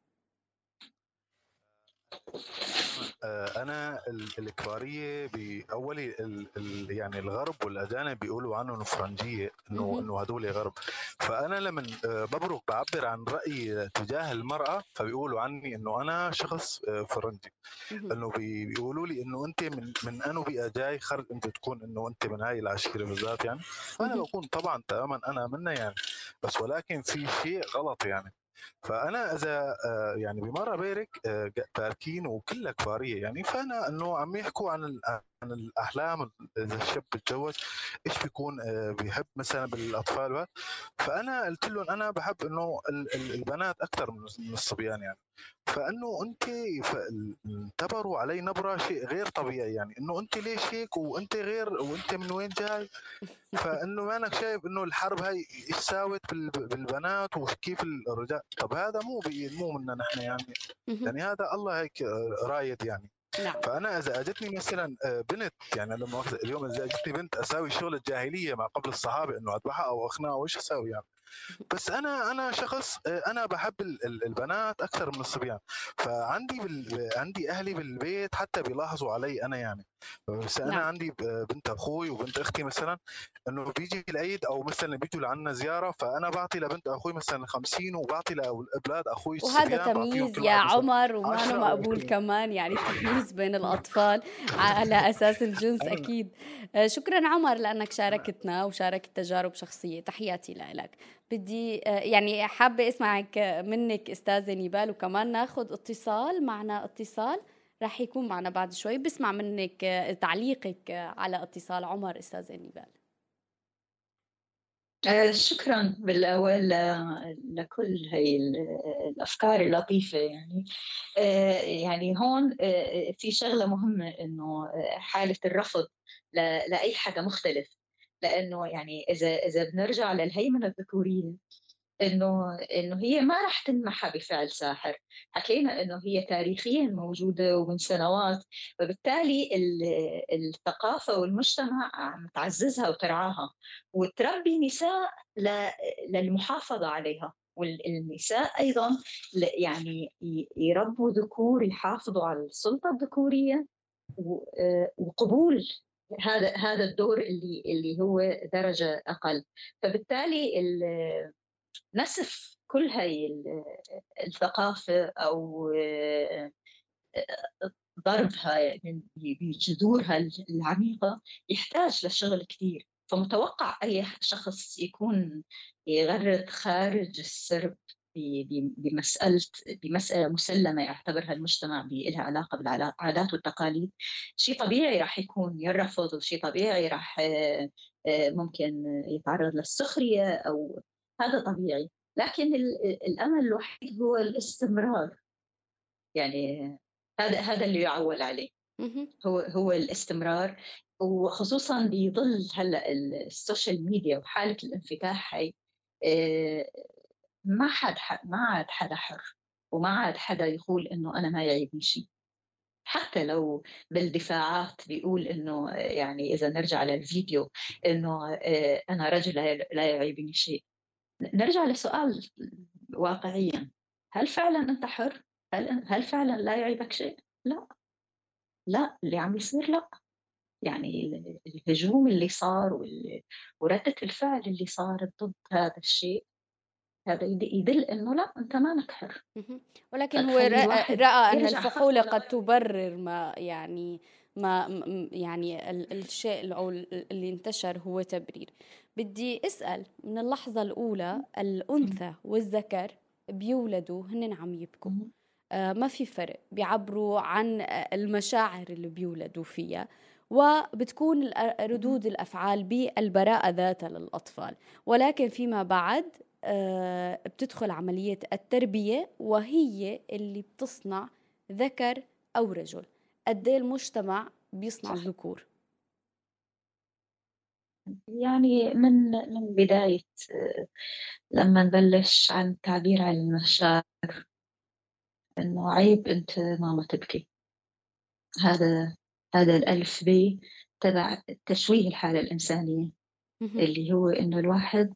آه، انا ال- الكباريه باولي ال- ال- يعني الغرب والاجانب بيقولوا عنه نفرنجيه، انه مهم. انه هدول غرب. فانا لما آه، ببرك بعبر عن رايي تجاه المراه فبيقولوا عني انه انا شخص آه، فرنجي. مهم. انه بي- بيقولوا لي انه انت من من انو بيئه جاي، خرج انت تكون انه انت من هاي العشيره بالذات يعني. فانا مهم. بكون طبعا تماما انا منها يعني، بس ولكن في شيء غلط يعني. فانا اذا آه، يعني بمره بيرك آه، ج- تاركين وكلها كفاريه يعني، فانا انه عم يحكوا عن ال- عن الاحلام، اذا الشاب بتزوج ايش بيكون آه، بيحب مثلا بالاطفال وهذا. فانا قلت لهم انا بحب انه ال- ال- البنات اكثر من من الصبيان يعني. فانه انت ف- انتبروا علي نبره شيء غير طبيعي يعني، انه انت ليش هيك وانت غير وانت من وين جاي. فانه ما انك شايف انه الحرب هاي ايش ساوت بال- بالبنات وكيف الرجال. طب هذا مو بي- مو منا نحن يعني، مهم. يعني هذا الله هيك آه، رايد يعني. نعم. فانا اذا اجتني مثلا آه، بنت يعني، لما مؤاخذة اليوم اذا اجتني بنت اساوي شغل الجاهليه ما قبل الصحابه، انه اذبحها او اخنقها وايش اساوي يعني. بس انا انا شخص آه، انا بحب ال- ال- البنات اكثر من الصبيان. فعندي بال... عندي اهلي بالبيت حتى بيلاحظوا علي انا يعني. بس انا نعم. عندي ب- بنت اخوي وبنت اختي مثلا، انه بيجي العيد او مثلا بيجوا لعنا زياره، فانا بعطي لبنت اخوي مثلا خمسين وبعطي لاولاد اخوي وهذا الصبيان بعطيهم تمييز كل يا واحد مثلا عمر وما عشرة او مقبول عشرين. كمان، يعني تمييز بين الأطفال على أساس الجنس أنا أكيد. آه، شكرا عمر لأنك شاركتنا وشاركت تجارب شخصية، تحياتي لك. بدي آه، يعني حابة أسمعك منك أستاذة نيبال، وكمان ناخد اتصال معنا. اتصال رح يكون معنا بعد شوي، بسمع منك آه، تعليقك آه، على اتصال عمر أستاذة نيبال. آه، شكرا بالأول آه، لكل هاي ال- الأفكار اللطيفة يعني. آه، يعني هون آه، في شغلة مهمة، إنه آه، حالة الرفض ل- لأي حدا مختلف. لأنه يعني إذا إذا بنرجع للهيمنة الذكورية، انه انه هي ما راح تنمحى بفعل ساحر. حكينا انه هي تاريخيا موجوده ومن سنوات، وبالتالي ال- الثقافه والمجتمع عم تعززها وترعاها وتربي نساء ل- للمحافظه عليها. والنساء ايضا ل- يعني ي- يربوا ذكور يحافظوا على السلطه الذكوريه وقبول هذا هذا الدور اللي اللي هو درجة أقل. فبالتالي نسف كل هاي الثقافة أو ضربها بجذورها العميقة يحتاج لشغل كثير. فمتوقع أي شخص يكون يغرد خارج السرب بمسألة بمسألة مسلمة يعتبرها المجتمع لها علاقة بالعادات والتقاليد، شيء طبيعي راح يكون يرفض، وشيء طبيعي راح ممكن يتعرض للسخرية، أو هذا طبيعي. لكن الأمل الوحيد هو الاستمرار. يعني هذا هذا اللي يعول عليه، هو هو الاستمرار. وخصوصا بظل هلا السوشيال ميديا وحالة الانفتاح هاي، ما حد ما عاد حدا حر، وما عاد حدا يقول إنه أنا ما يعيبني شيء. حتى لو بالدفاعات بيقول إنه يعني إذا نرجع للفيديو إنه أنا رجل لا يعيبني شيء، نرجع لسؤال واقعيا: هل فعلا أنت حر؟ هل هل فعلا لا يعيبك شيء؟ لا لا، اللي عم يصير لا. يعني الهجوم اللي صار وردة الفعل اللي صارت ضد هذا الشيء، هذا يدل انه لا، انت ما حر. ولكن هو رأى ان الفحولة قد تبرر ما يعني ما يعني الشيء او اللي انتشر هو تبرير. بدي اسأل، من اللحظة الأولى الأنثى والذكر بيولدوا هن عم يبكوا، آه ما في فرق، بيعبروا عن المشاعر اللي بيولدوا فيها، وبتكون ردود الأفعال بالبراءة ذاتها للأطفال. ولكن فيما بعد آه بتدخل عملية التربية، وهي اللي بتصنع ذكر أو رجل. قد ايه المجتمع بيصنع ذكور؟ يعني من من بداية لما نبلش عن التعبير عن المشاعر، إنه عيب أنت ماما تبكي. هذا هذا الألف ب تبع تشويه الحالة الإنسانية، اللي هو إنه الواحد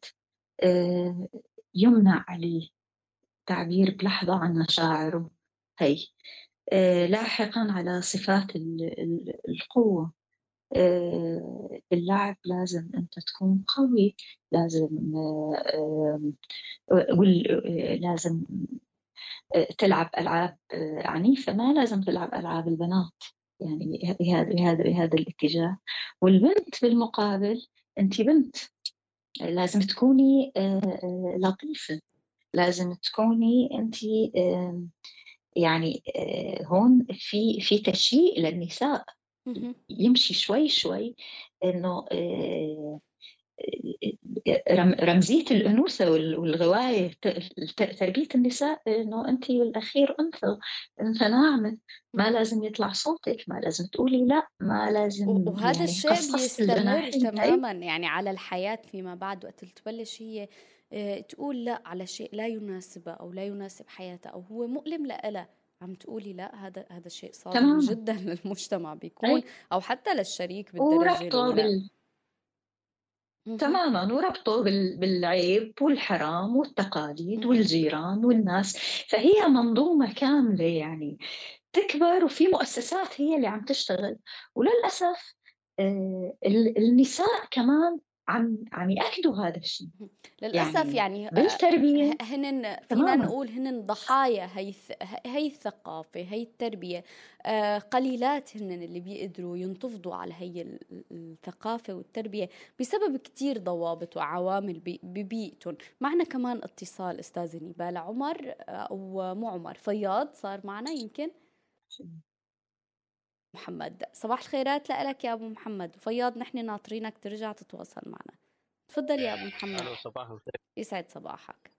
يمنع عليه تعبير بلحظة عن مشاعره هي. لاحقا على صفات القوة، باللعب لازم أنت تكون قوي، لازم لازم تلعب ألعاب عنيفة، ما لازم تلعب ألعاب البنات. يعني بهذا بهذا بهذا الاتجاه. والبنت بالمقابل، أنت بنت لازم تكوني لطيفة، لازم تكوني أنت يعني هون في في تشييء للنساء يمشي شوي شوي، إنه رمزية الأنوثة والغواية، تربية النساء إنه أنت بالأخير أنثى، أنثى ناعمة، ما لازم يطلع صوتك، ما لازم تقولي لا، ما لازم. وهذا يعني الشيء بيستمر تماما يعني على الحياة فيما بعد، وقت تبلش هي تقول لا على شيء لا يناسبها أو لا يناسب حياتها أو هو مؤلم لها، عم تقولي لا. هذا هذا الشيء صادم جدا للمجتمع بيكون، أو حتى للشريك بالدرجة الأولى. تماما، وربطه بالعيب والحرام والتقاليد والجيران والناس. فهي منظومة كاملة يعني تكبر، وفي مؤسسات هي اللي عم تشتغل. وللأسف النساء كمان عم عم يأكدوا هذا الشيء للأسف. يعني, يعني بالتربية هن فينا نقول هن ضحايا هي هي الثقافة، هي التربية. آه قليلات هن اللي بيقدروا ينتفضوا على هي الثقافة والتربية بسبب كتير ضوابط وعوامل ببيئتهم. معنا كمان اتصال أستاذة نبال. عمر أو مو عمر، فياض صار معنا يمكن. محمد، صباح الخيرات لك يا أبو محمد. فياض نحن ناطرينك ترجع تتواصل معنا. تفضل يا أبو محمد. ألو، صباح الخير. يسعد صباحك.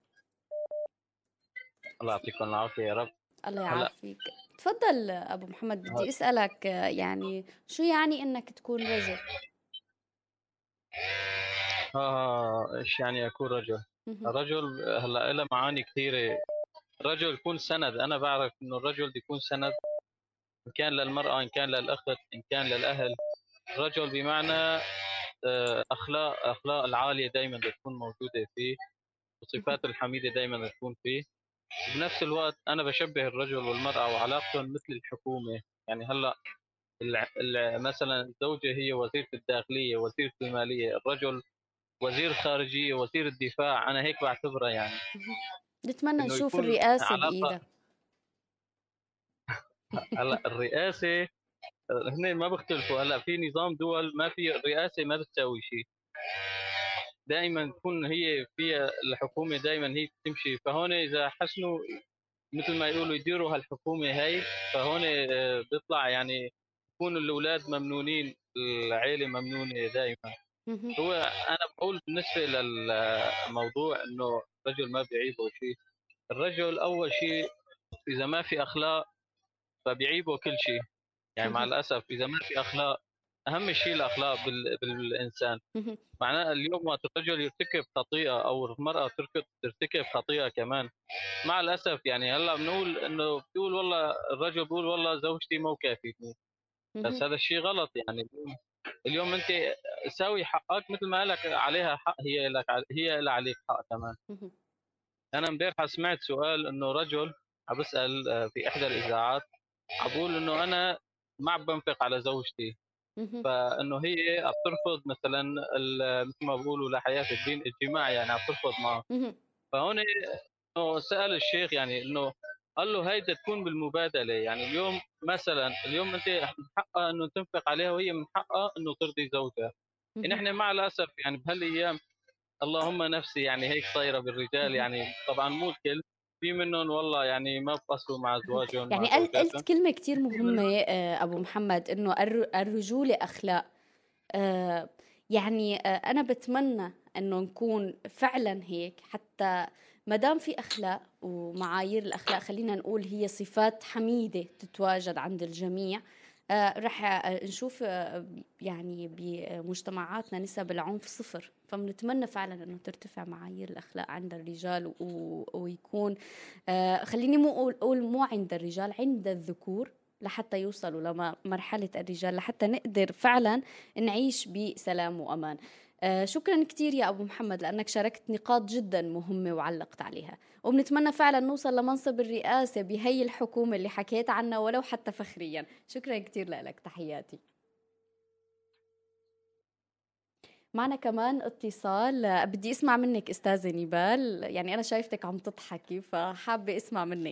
الله يعطيكم العافية يا رب. الله يعافيك. تفضل أبو محمد، بدي أسألك يعني شو يعني إنك تكون رجل؟ آه إيش يعني أكون رجل؟ الرجل هلا له معاني كثيرة. الرجل يكون سند. أنا بعرف إنه الرجل بيكون سند، إن كان للمرأة، إن كان للأخت، إن كان للأهل. الرجل بمعنى أخلاق أخلاق العالية دائما تكون موجودة فيه، وصفات الحميدة دائما تكون فيه. بنفس الوقت أنا بشبه الرجل والمرأة وعلاقتهم مثل الحكومة. يعني هلا مثلا الزوجة هي وزيرة الداخلية، وزيرة المالية، الرجل وزير الخارجية، وزير الدفاع. أنا هيك بعتبرها يعني. نتمنى إنه نشوف يكون الرئاسة علاقة بإيدها. هلا الرئاسة هن ما بيختلفوا. هلا في نظام دول ما في الرئاسة ما بتساوي شيء، دائما تكون هي فيها الحكومة، دائما هي بتمشي. فهون إذا حسنوا مثل ما يقولوا يديروا هالحكومة هاي، فهون بيطلع يعني يكون الأولاد ممنونين، العائلة ممنونة دائما. هو أنا بقول بالنسبة للموضوع إنه الرجل ما بيعيبه شيء. الرجل أول شيء إذا ما في أخلاق فبيعيبه كل شيء. يعني مع الأسف إذا ما في أخلاق، أهم شيء الأخلاق بال... بالإنسان. معناه اليوم وقت الرجل يرتكب خطيئة أو المرأة ترتكب خطيئة كمان، مع الأسف يعني هلا بنقول إنه بتقول والله الرجل بيقول والله زوجتي مو كافيتني، بس هذا الشيء غلط. يعني اليوم أنت ساوي حقك مثل ما لك عليها حق، هي لك هي لها عليك حق كمان. أنا امبارح سمعت سؤال إنه رجل عم بسأل في إحدى الإذاعات، عم بقول إنه أنا ما عم بنفق على زوجتي، فانه هي عم ترفض مثلا مثل ما بقولوا لحياه الدين الجماع، يعني عم ترفض معه. فهون انه سال الشيخ يعني انه قال له هيدا تكون بالمبادله. يعني اليوم مثلا اليوم انت من حقها انه تنفق عليها وهي من حقها انه ترضي زوجها. يعني احنا مع الاسف يعني بهالايام اللهم نفسي يعني هيك صايره بالرجال. يعني طبعا مو الكل، في منهم والله يعني ما بقصوا مع زواجهم يعني مع قلت زوجاتهم. كلمة كتير مهمة أبو محمد، إنه الرجولة أخلاق. يعني أنا بتمنى إنه نكون فعلا هيك، حتى ما دام في أخلاق ومعايير الأخلاق خلينا نقول هي صفات حميدة تتواجد عند الجميع. آه رح نشوف آه يعني بمجتمعاتنا نسب العنف صفر، فبنتمنى فعلا انه ترتفع معايير الاخلاق عند الرجال ويكون آه خليني مو اقول اقول مو عند الرجال، عند الذكور، لحتى يوصلوا لمرحله الرجال، لحتى نقدر فعلا نعيش بسلام وامان. آه شكرا كتير يا أبو محمد لأنك شاركت نقاط جدا مهمة وعلقت عليها، وبنتمنى فعلا نوصل لمنصب الرئاسة بهي الحكومة اللي حكيت عنها ولو حتى فخريا. شكرا كتير لك، تحياتي. معنا كمان اتصال، بدي اسمع منك أستاذة نيبال، يعني أنا شايفتك عم تضحكي فحابة اسمع منك.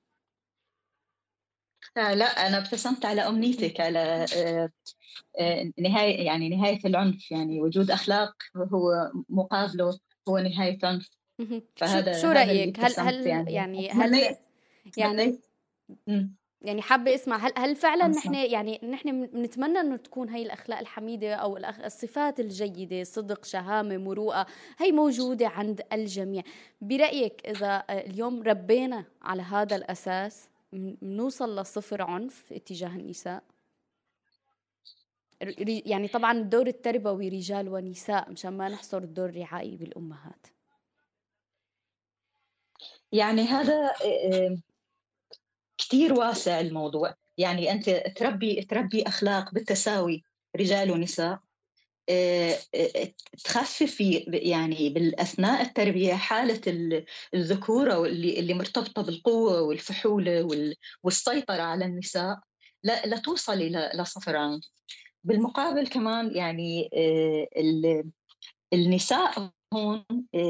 آه لا أنا ابتسمت على أمنيتك، على آه آه نهاية يعني نهاية العنف، يعني وجود أخلاق هو مقابله هو نهاية عنف. فهذا شو رأيك؟ هل هل يعني يعني هل يعني يعني حابة اسمع هل هل فعلا نحن يعني نحن بنتمنى انه تكون هي الاخلاق الحميدة او الصفات الجيدة، صدق، شهامة، مروءة، هي موجودة عند الجميع. برأيك اذا اليوم ربينا على هذا الاساس بنوصل لصفر عنف اتجاه النساء؟ يعني طبعا الدور التربوي رجال ونساء مشان ما نحصر الدور الرعائي بالامهات. يعني هذا كتير واسع الموضوع. يعني أنت تربي تربي أخلاق بالتساوي رجال ونساء، تخففي يعني بالأثناء التربية حالة الذكورة اللي اللي مرتبطة بالقوة والفحولة والسيطرة على النساء، لا, لا توصلي لصفر عنف. بالمقابل كمان يعني النساء هون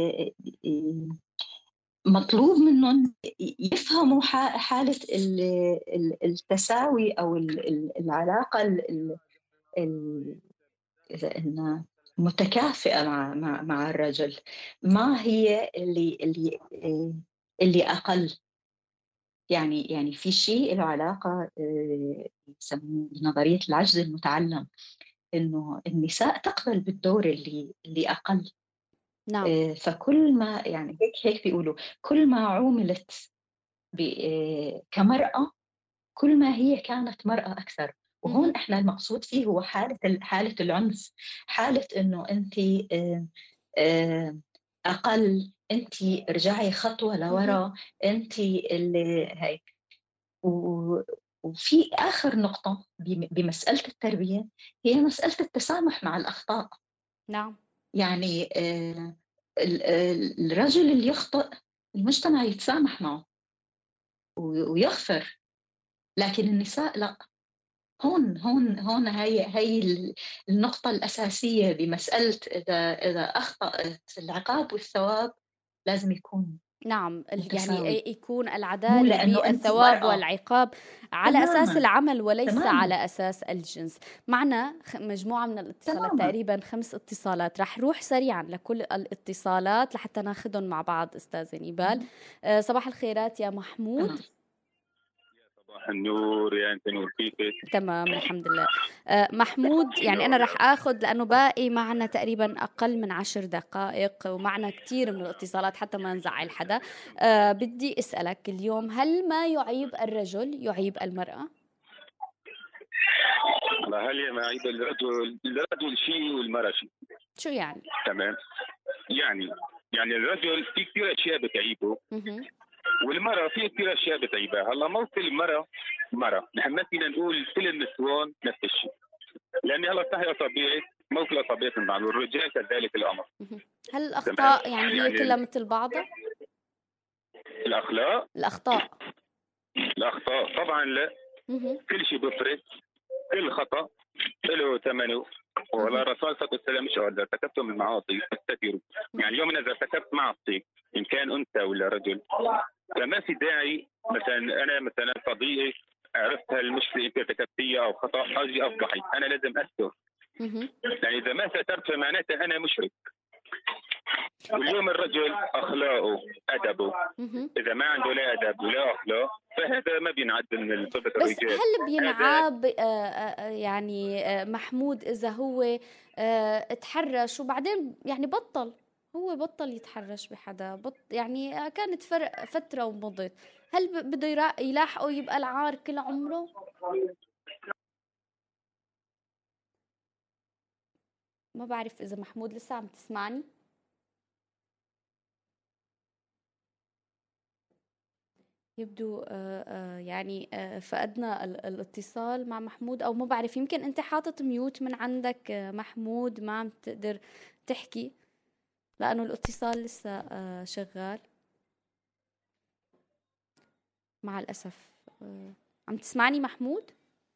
مطلوب منهم يفهموا حالة التساوي أو العلاقة إذا متكافئة مع مع مع الرجل، ما هي اللي اللي اللي أقل. يعني يعني في شيء له علاقة يسموه بنظرية العجز المتعلم، إنه النساء تقبل بالدور اللي اللي أقل. نعم. فكل ما يعني هيك هيك بيقولوا كل ما عوملت كمرأة كل ما هي كانت مرأة أكثر. وهون إحنا المقصود فيه هو حالة حالة العنف، حالة إنه أنت أقل، أنت رجعي خطوة لورا، أنت اللي هيك. وفي آخر نقطة بمسألة التربية هي مسألة التسامح مع الأخطاء. نعم. يعني الرجل اللي يخطئ المجتمع يتسامح معه ويغفر، لكن النساء لا. هون هون هون هي هي النقطة الأساسية بمسألة إذا إذا أخطأت العقاب والثواب لازم يكون نعم، ال- متساوي. يعني يكون مو العدالة لأنه أنت بالثواب مرأة. والعقاب على أساس تماما العمل وليس تماما على أساس الجنس. معنا خ- مجموعة من الاتصالات، تماما. تقريبا خمس اتصالات، رح روح سريعا لكل الاتصالات لحتى ناخذهم مع بعض. أستاذة نيبال، آه، صباح الخيرات يا محمود. تمام. صباح النور يا انت نور، كيفك؟ تمام الحمد لله. آه، محمود، يعني أنا رح أخذ لأنه باقي معنا تقريبا أقل من عشر دقائق ومعنا كتير من الاتصالات حتى ما نزعل حدا. آه، بدي أسألك اليوم، هل ما يعيب الرجل يعيب المرأة؟ هل ما عيب الرجل الرجل شيء والمرأة شيء؟ شو يعني؟ تمام. يعني يعني الرجل في كثير اشياء بتعيبه مهم. والمرأة في كثير اشياء بتعيبها. هلا موت المرأة مرة، نحن ما فينا نقول كل النسوان نفس الشيء، لان هلا صحيح طبيعي موت الاصابع من بعض، والرجال كذلك الامر. مهم. هل الأخطاء يعني هي يعني كلها مثل بعضها؟ الاخلاق الأخطاء. الاخطاء طبعا لا، مهم. كل شيء بفرق، كل خطأ له ثمنه. والله الرسول صلى الله عليه وسلم مش قال اذا ارتكبتم المعاصي فاستتروا، يعني اليوم انا اذا ارتكبت معصيه ان كان انثى ولا رجل فما في داعي مثلا انا مثلا صديقي عرفت هالمشكله انت ارتكبتيها او خطا اجي افضحك، انا لازم استر. مهم. يعني اذا ما سترت فمعناته انا مشرك. واليوم الرجل اخلاقه ادبه، مهم. اذا ما عنده لا ادب ولا اخلاق فهذا ما بينعد من صفه بس الرجال. هل هذا بينعاب آه، آه، يعني آه، محمود إذا هو آه، اتحرش وبعدين يعني بطل، هو بطل يتحرش بحدا، بط يعني آه، كانت فرق فترة ومضت، هل ب- بده يرا- يلاحقه يبقى العار كل عمره؟ ما بعرف إذا محمود لسه عم تسمعني. يبدو آه، آه، يعني آه، فقدنا ال- الاتصال مع محمود، أو ما بعرف، يمكن أنت حاطط ميوت من عندك آه، محمود، ما عم تقدر تحكي لأنه الاتصال لسه آه، شغال مع الأسف. آه، عم تسمعني محمود؟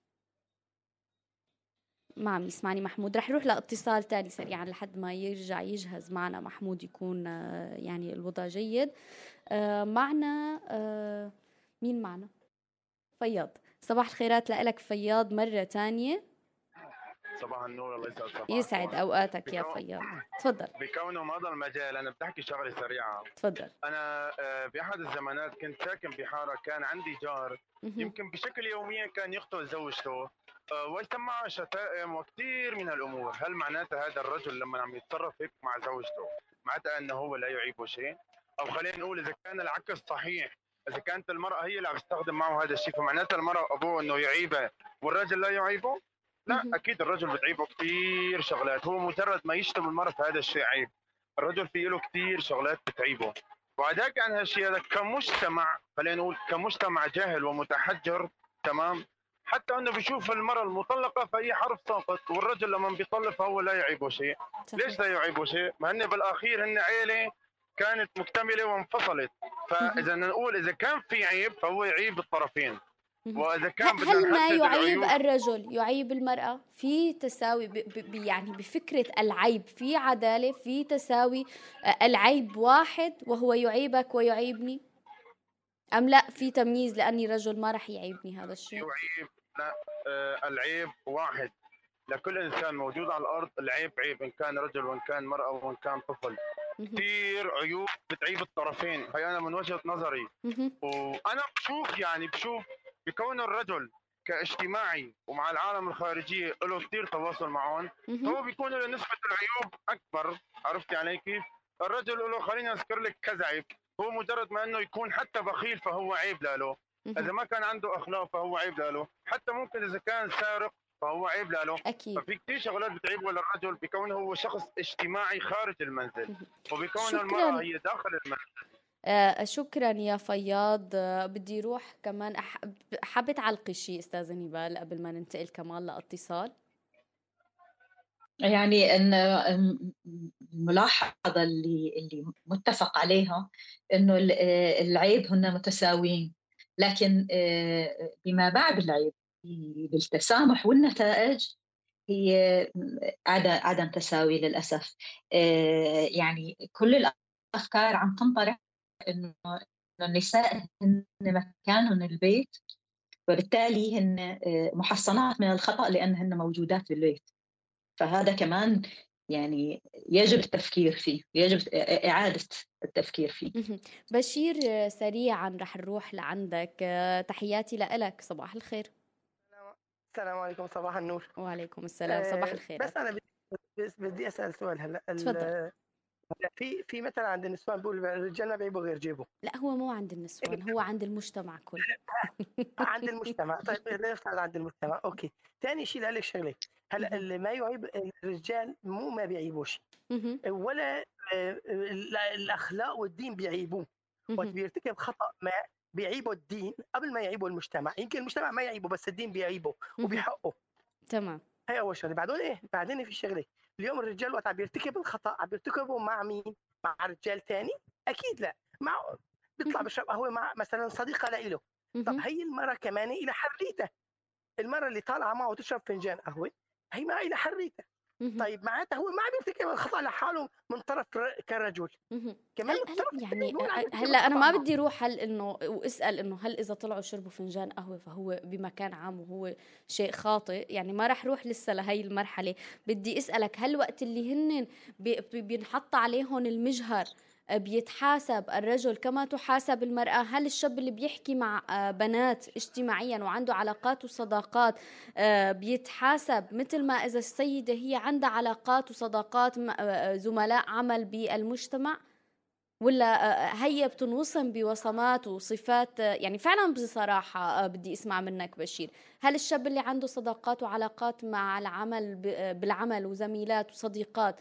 ما عم يسمعني محمود. رح نروح لاتصال تاني سريعا لحد ما يرجع يجهز معنا محمود، يكون آه، يعني الوضع جيد. آه، معنا آه، مين معنا؟ فياض. صباح الخيرات لك فياض مرة تانية. صباح النور، الله يسعد صباحك. يسعد أوقاتك يا فياض، تفضل. بكونه هذا المجال انا بدي احكي شغله سريعه. تفضل. انا آه، باحد الزمانات كنت ساكن بحاره، كان عندي جار مهم. يمكن بشكل يوميا كان يقتل زوجته آه، ويسمعها شتائم وكثير من الامور. هل معناتها هذا الرجل لما عم يتصرف هيك مع زوجته معناتها انه هو لا يعيبه شيء؟ او خلينا نقول اذا كان العكس صحيح، اذا كانت المراه هي اللي عم تستخدم معه هذا الشيء فمعناتها المراه ابوه انه يعيبه والرجل لا يعيبه؟ لا، مهم. اكيد الرجل بتعيبه كثير شغلات، هو مجرد ما يشتم المراه فهذا الشيء عيب. الرجل في له كثير شغلات بتعيبه. وعداك عن هالشيء هذا كمجتمع، خلينا نقول كمجتمع جاهل ومتحجر، تمام، حتى انه بيشوف المراه المطلقه فهي حرف ساقط، والرجل لما بيطلق فهو لا يعيبه شيء. صحيح. ليش لا يعيبه شيء؟ ما هن بالاخير هن عيله كانت مكتمله وانفصلت، فاذا نقول اذا كان في عيب فهو يعيب الطرفين. مهم. واذا كان ه- بدنا هل ما نحدد يعيب العيوب، الرجل يعيب المرأة؟ في تساوي ب ب ب- يعني بفكرة العيب، في عدالة، في تساوي؟ آه، العيب واحد وهو يعيبك ويعيبني، أم لا في تمييز لأني رجل ما رح يعيبني هذا الشيء؟ يعيب لا، آه العيب واحد لكل انسان موجود على الارض. العيب عيب ان كان رجل وان كان مراه وان كان طفل. مهم. كثير عيوب بتعيب الطرفين، هي انا من وجهه نظري. مهم. وانا بشوف يعني بشوف بكون الرجل كاجتماعي ومع العالم الخارجيه له كثير تواصل معهم، مهم. فهو بيكون له نسبه العيوب اكبر. عرفتي علي كيف؟ الرجل له خلينا اذكر لك كذا عيب، هو مجرد ما انه يكون حتى بخيل فهو عيب له، اذا مهم. ما كان عنده اخلاق فهو عيب له، حتى ممكن اذا كان سارق فهو عيب له. أكيد. ففي كثير شغلات بتعيبه للرجل بكونه هو شخص اجتماعي خارج المنزل، مهم. وبكون المراه شكرا. هي داخل المنزل. آه شكرا يا فياض. آه بدي روح كمان أح... حابة تعلقي شيء أستاذة نيبال قبل ما ننتقل كمان لاتصال؟ يعني ان الملاحظه اللي اللي متفق عليها انه ال- العيب هن متساويين، لكن آه، بما بعد العيب بالتسامح والنتائج هي عدم تساوي للأسف. يعني كل الأفكار عم تنطرح إنه النساء هن مكانهم البيت، وبالتالي هن محصنات من الخطأ لأنهن موجودات بالبيت. فهذا كمان يعني يجب التفكير فيه، يجب إعادة التفكير فيه. بشير، سريعا رح نروح لعندك. تحياتي لك، صباح الخير. السلام عليكم، صباح النور. وعليكم السلام، صباح الخير. بس أنا بدي بدي أسأل سؤال هلا. تفضل. في في مثلا عند النسوان بيقول الرجال ما بيعيبوا غير جيبه. لا، هو مو عند النسوان، هو عند المجتمع كله. عند المجتمع. طيب نفترض عند المجتمع، اوكي. ثاني شيء لك شغله، هلا اللي ما يعيب الرجال مو ما بيعيبوش، ولا الاخلاق والدين بيعيبوه. وقت بيرتكب خطا ما بيعيبوا الدين قبل ما يعيبوا المجتمع. يمكن المجتمع ما يعيبه بس الدين بيعيبه وبيحقه. تمام. هي اول شغله. بعدين ايه؟ بعدين في شغله، اليوم الرجال وقت عم بيرتكب الخطا عم بيرتكبه مع مين؟ مع رجال ثاني؟ اكيد لا. مع بيطلع بشرب قهوه مع مثلا صديقه لإله. طب هي المرة كمان إلى حريتها. المرة اللي طالعة معه تشرب فنجان قهوة هي ما إلى حريتها. طيب معناتها هو ما عم يرتكب الخطأ لحاله من طرف كرجل كمان. هل يعني هلا أنا ما بدي روح هل إنه وأسأل إنه هل إذا طلعوا شربوا فنجان قهوة فهو بمكان عام وهو شيء خاطئ، يعني ما رح روح لسه لهي المرحلة. بدي أسألك، هل وقت اللي هن بينحط عليهم المجهر بيتحاسب الرجل كما تحاسب المرأة؟ هل الشاب اللي بيحكي مع بنات اجتماعيا وعنده علاقات وصداقات بيتحاسب مثل ما إذا السيدة هي عندها علاقات وصداقات زملاء عمل بالمجتمع؟ ولا هي بتنوصم بوصمات وصفات؟ يعني فعلا بصراحة بدي اسمع منك بشير، هل الشاب اللي عنده صداقات وعلاقات مع العمل بالعمل وزميلات وصديقات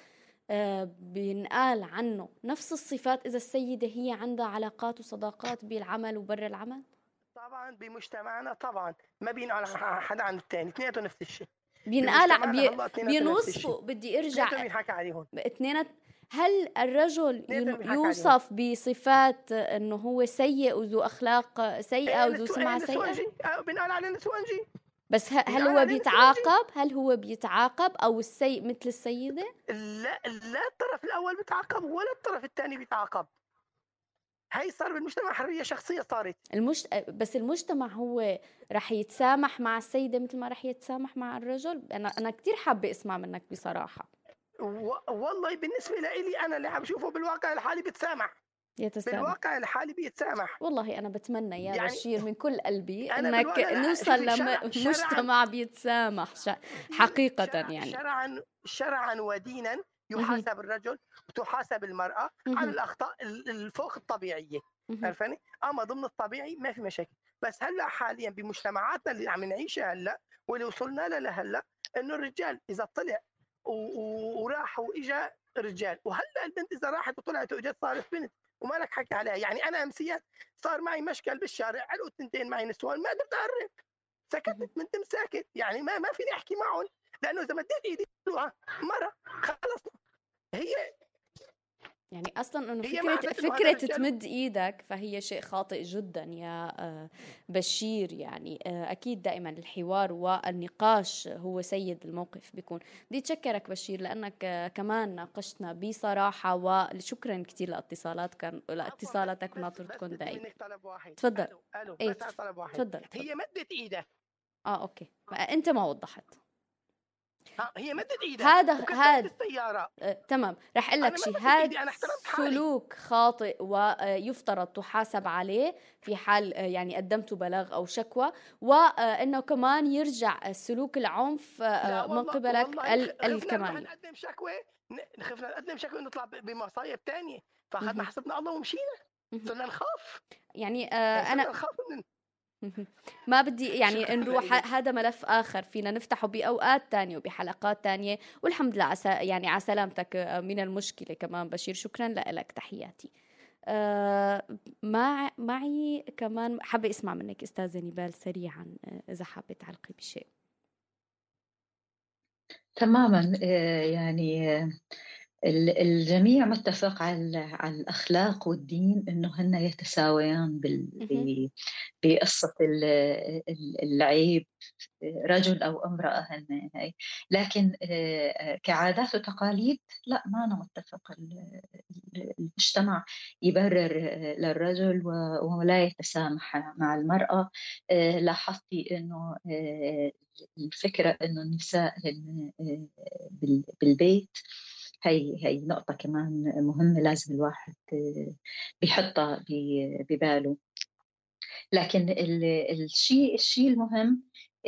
بينقال عنه نفس الصفات إذا السيدة هي عندها علاقات وصداقات بالعمل وبر العمل؟ طبعا بمجتمعنا طبعا ما بينقال حدا عن الثاني، اثنيناتهم نفس الشيء. بينقال بي بينوصفوا. بدي ارجع اثنيناتهم بينحكى عليهم. اثنينات. هل الرجل يوصف بصفات انه هو سيء وذو اخلاق سيئة وذو سمعة سيئة؟ بينقال عليه نسوانجي. بس هل هو بيتعاقب؟ هل هو بيتعاقب أو السيء مثل السيدة؟ لا لا، الطرف الأول بيتعاقب ولا الطرف الثاني بيتعاقب. هاي صار بالمجتمع حرية شخصية صارت. المجت... بس المجتمع هو رح يتسامح مع السيدة مثل ما رح يتسامح مع الرجل؟ أنا أنا كتير حابة أسمع منك بصراحة. و... والله بالنسبة لي أنا اللي عم بشوفه بالواقع الحالي بتسامح. يتسامح. بالواقع الحالي بيتسامح. والله أنا بتمنى يا يعني بشير من كل قلبي أنك نوصل لمجتمع بيتسامح حقيقة. يعني شرعا شرعا ودينا يحاسب الرجل وتحاسب المرأة على الأخطاء الفوق الطبيعية. عرفاني؟ أما ضمن الطبيعي ما في مشاكل. بس هلا حاليا بمجتمعاتنا اللي عم نعيشها هلا واللي وصلنا لها هلا إنه الرجال إذا طلع وراح وإجا رجال، وهلا البنت إذا راحت وطلعت وإجت صارت بنت وما لك حكي عليها. يعني أنا أمسيات صار معي مشكل بالشارع، علقوا التنتين معي نسوان ما قدرت أقرب، سكتت من دم ساكت. يعني ما ما فيني أحكي معهم لأنه إذا مديت إيدي مرة خلص. هي يعني أصلاً إنه فكرة فكرة تمد إيدك فهي شيء خاطئ جداً يا بشير. يعني أكيد دائماً الحوار والنقاش هو سيد الموقف بيكون. بدي أتشكرك بشير لأنك كمان ناقشتنا بصراحة، وشكراً كتير لاتصالات كان لاتصالاتك وناطرتكم دائما. تفضل. ألو ألو بس طلب واحد. تفضل. هي مدت إيدها. آه أوكي، أنت ما وضحت. هي مدت ايدها هذا هذا السيارة. آه، تمام. رح اقول لك شيء، هذا سلوك خاطئ ويفترض تحاسب عليه في حال آه يعني قدمت بلاغ او شكوى، وانه كمان يرجع السلوك العنف آه من قبلك الكمالي. نقدم شكوى خفنا نقدم شكوى نطلع بمصايب ثانيه، فاخذنا حسبنا الله ومشينا. صرنا نخاف. يعني آه انا نخاف من ما بدي يعني نروح، هذا ملف آخر فينا نفتحه بأوقات تانية وبحلقات تانية. والحمد لله عسى يعني على سلامتك من المشكلة كمان بشير. شكرا لك، تحياتي. آه مع معي كمان حابة اسمع منك أستاذة نبال سريعا إذا حابة تعلقي بشيء. تماما. يعني الجميع متفق على على الأخلاق والدين إنه هن يتساويان بال بقصة العيب رجل أو امرأة هن هي. لكن كعادات وتقاليد لا، ما أنا متفق. المجتمع يبرر للرجل ولا يتسامح مع المرأة. لاحظتي إنه الفكرة إنه النساء بالبيت، هي هي نقطة كمان مهمة لازم الواحد بيحطها بباله. لكن الشيء الشيء المهم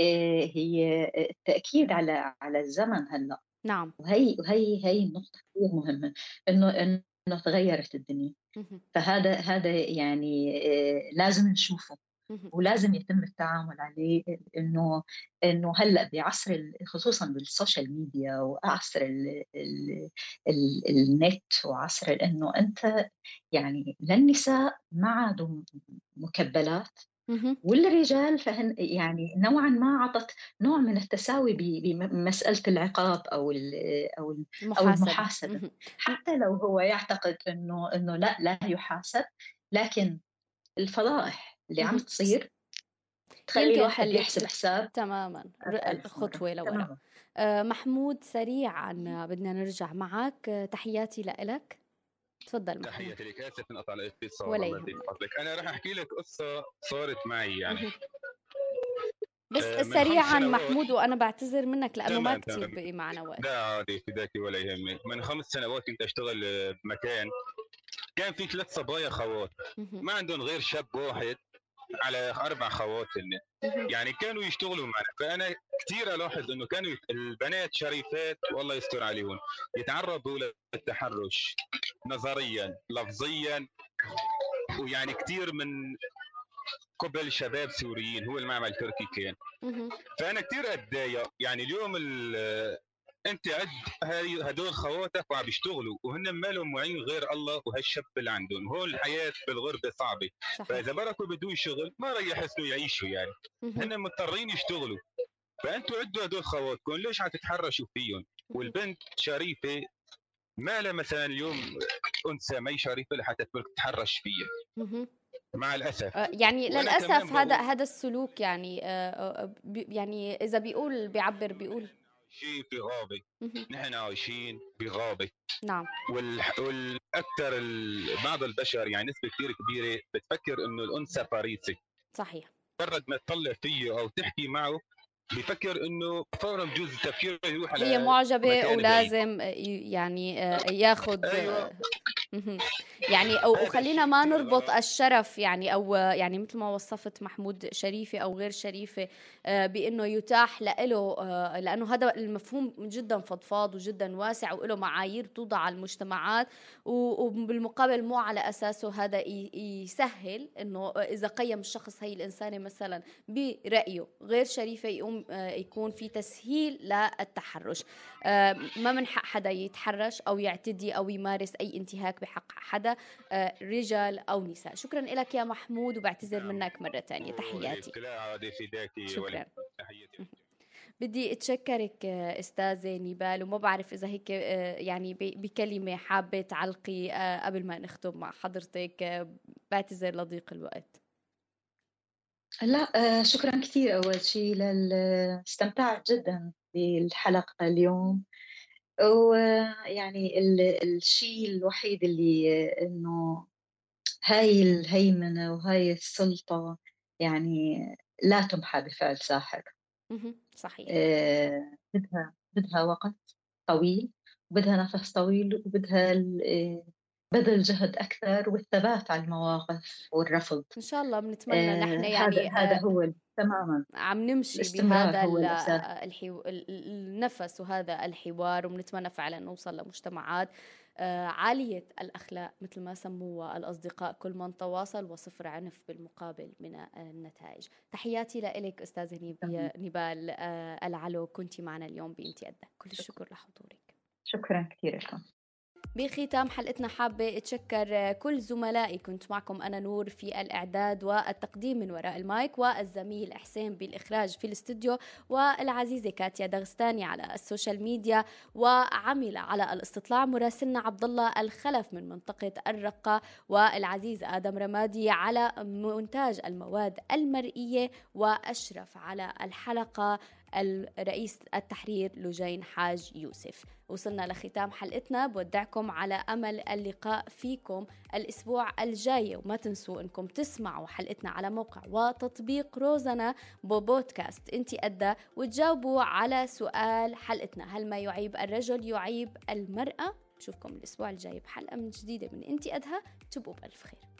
هي التأكيد على على الزمن هلا. نعم. وهي وهي هي النقطة كثير مهمة، إنه إنه تغيرت الدنيا. فهذا هذا يعني لازم نشوفه ولازم يتم التعامل عليه. انه انه هلا بعصر خصوصا بالسوشيال ميديا وعصر ال ال ال النت وعصر انه انت يعني للنساء ما عادوا مكبلات، والرجال فهن يعني نوعا ما عطت نوع من التساوي بمسألة العقاب او او او المحاسبة. حتى لو هو يعتقد انه انه لا لا يحاسب، لكن الفضائح اللي عم تصير تخلي الواحد يحسب حساب تماما خطوة لورا. آه محمود سريعا بدنا نرجع معك. تحياتي لك. تفضل محمود. تحياتي لك. اسف من قطع الاتصال. الله يديك فضلك. انا راح احكي لك قصة صارت معي يعني بس آه سريعا محمود، وانا بعتذر منك لانه ما كثير بقي معنا وقت. لا عادي فداكي ولا يهمك. من خمس سنوات كنت اشتغل بمكان كان في ثلاث صبايا خوات ما عندهم غير شاب واحد على اربع خوات هن. يعني كانوا يشتغلوا معنا. فانا كثير الاحظ انه كانوا البنات شريفات والله يستر عليهم يتعرضوا للتحرش نظريا لفظيا، ويعني كثير من قبل شباب سوريين. هو المعمل التركي كان. فانا كثير اتضايق. يعني اليوم انت عد هدول خواتك وعم بيشتغلوا وهن ما لهم معين غير الله وهالشاب اللي عندهم. هون الحياه بالغربه صعبه. صحيح. فاذا بركوا بدون شغل ما راح يحسنوا يعيشوا يعني. هن مضطرين يشتغلوا. فانتوا عدوا هدول خواتكم ليش عم تتحرشوا فيهم؟ والبنت شريفه ما لها مثلا اليوم انثى ما شريفه لحتى تتحرش فيها. مع الاسف يعني للاسف هذا هذا السلوك يعني يعني اذا بيقول بيعبر بيقول شيء بغابة. نحن عايشين بغابة. نعم. وال... والأكثر ال... بعض البشر يعني نسبة كثير كبيرة بتفكر إنه الأنثى فريسة. صحيح. مجرد ما تطلع فيه أو تحكي معه بيفكر إنه فورا بجوز تفكيره يروح على هي معجبة ولازم يعني ياخذ. أيوة. يعني أو خلينا ما نربط الشرف يعني أو يعني مثل ما وصفت محمود شريفة أو غير شريفة بأنه يتاح له، لأنه هذا المفهوم جدا فضفاض وجدا واسع وله معايير توضع على المجتمعات، وبالمقابل مو على أساسه هذا يسهل أنه إذا قيم الشخص هي الإنسانة مثلا برأيه غير شريفة يقوم يكون في تسهيل للتحرش. ما من حق حدا يتحرش أو يعتدي أو يمارس أي انتهاك بحق حدا، رجال أو نساء. شكرا لك يا محمود وبعتذر منك مرة تانية. تحياتي. شكرا. بدي اتشكرك استاذة نيبال، وما بعرف اذا هيك يعني بكلمة حابة تعلقي قبل ما نختم مع حضرتك. بعتذر لضيق الوقت. لا شكرا كثير. اول شيء لل... استمتعت جدا بالحلقة اليوم. ويعني الشيء الوحيد اللي انه هاي الهيمنة وهاي السلطة يعني لا تمحى بفعل ساحر. صحيح. آه بدها بدها وقت طويل وبدها نفس طويل وبدها بذل جهد أكثر والثبات على المواقف والرفض. إن شاء الله بنتمنى آه نحن يعني هذا, هذا هو تماما عم نمشي بهذا الحو... النفس وهذا الحوار، وبنتمنى فعلا نوصل لمجتمعات آه عالية الأخلاق مثل ما سموها الأصدقاء، كل من تواصل وصفر عنف بالمقابل من النتائج. تحياتي لك أستاذة نيبال آه العلو، كنتي معنا اليوم بانتي أدى. كل الشكر لحضورك. شكرا كثير لكم. بختام حلقتنا حابة اتشكر كل زملائي، كنت معكم أنا نور في الإعداد والتقديم من وراء المايك، والزميل حسين بالإخراج في الاستوديو، والعزيزة كاتيا دغستاني على السوشيال ميديا، وعمل على الاستطلاع مراسلنا عبد الله الخلف من منطقة الرقة، والعزيز آدم رمادي على مونتاج المواد المرئية، وأشرف على الحلقة الرئيس التحرير لجين حاج يوسف. وصلنا لختام حلقتنا، بودعكم على أمل اللقاء فيكم الأسبوع الجاي، وما تنسوا أنكم تسمعوا حلقتنا على موقع وتطبيق روزانا ببودكاست انتي أدى، وتجاوبوا على سؤال حلقتنا: هل ما يعيب الرجل يعيب المرأة؟ نشوفكم الأسبوع الجاي بحلقة من جديدة من انتي أدها. تبقوا بألف خير.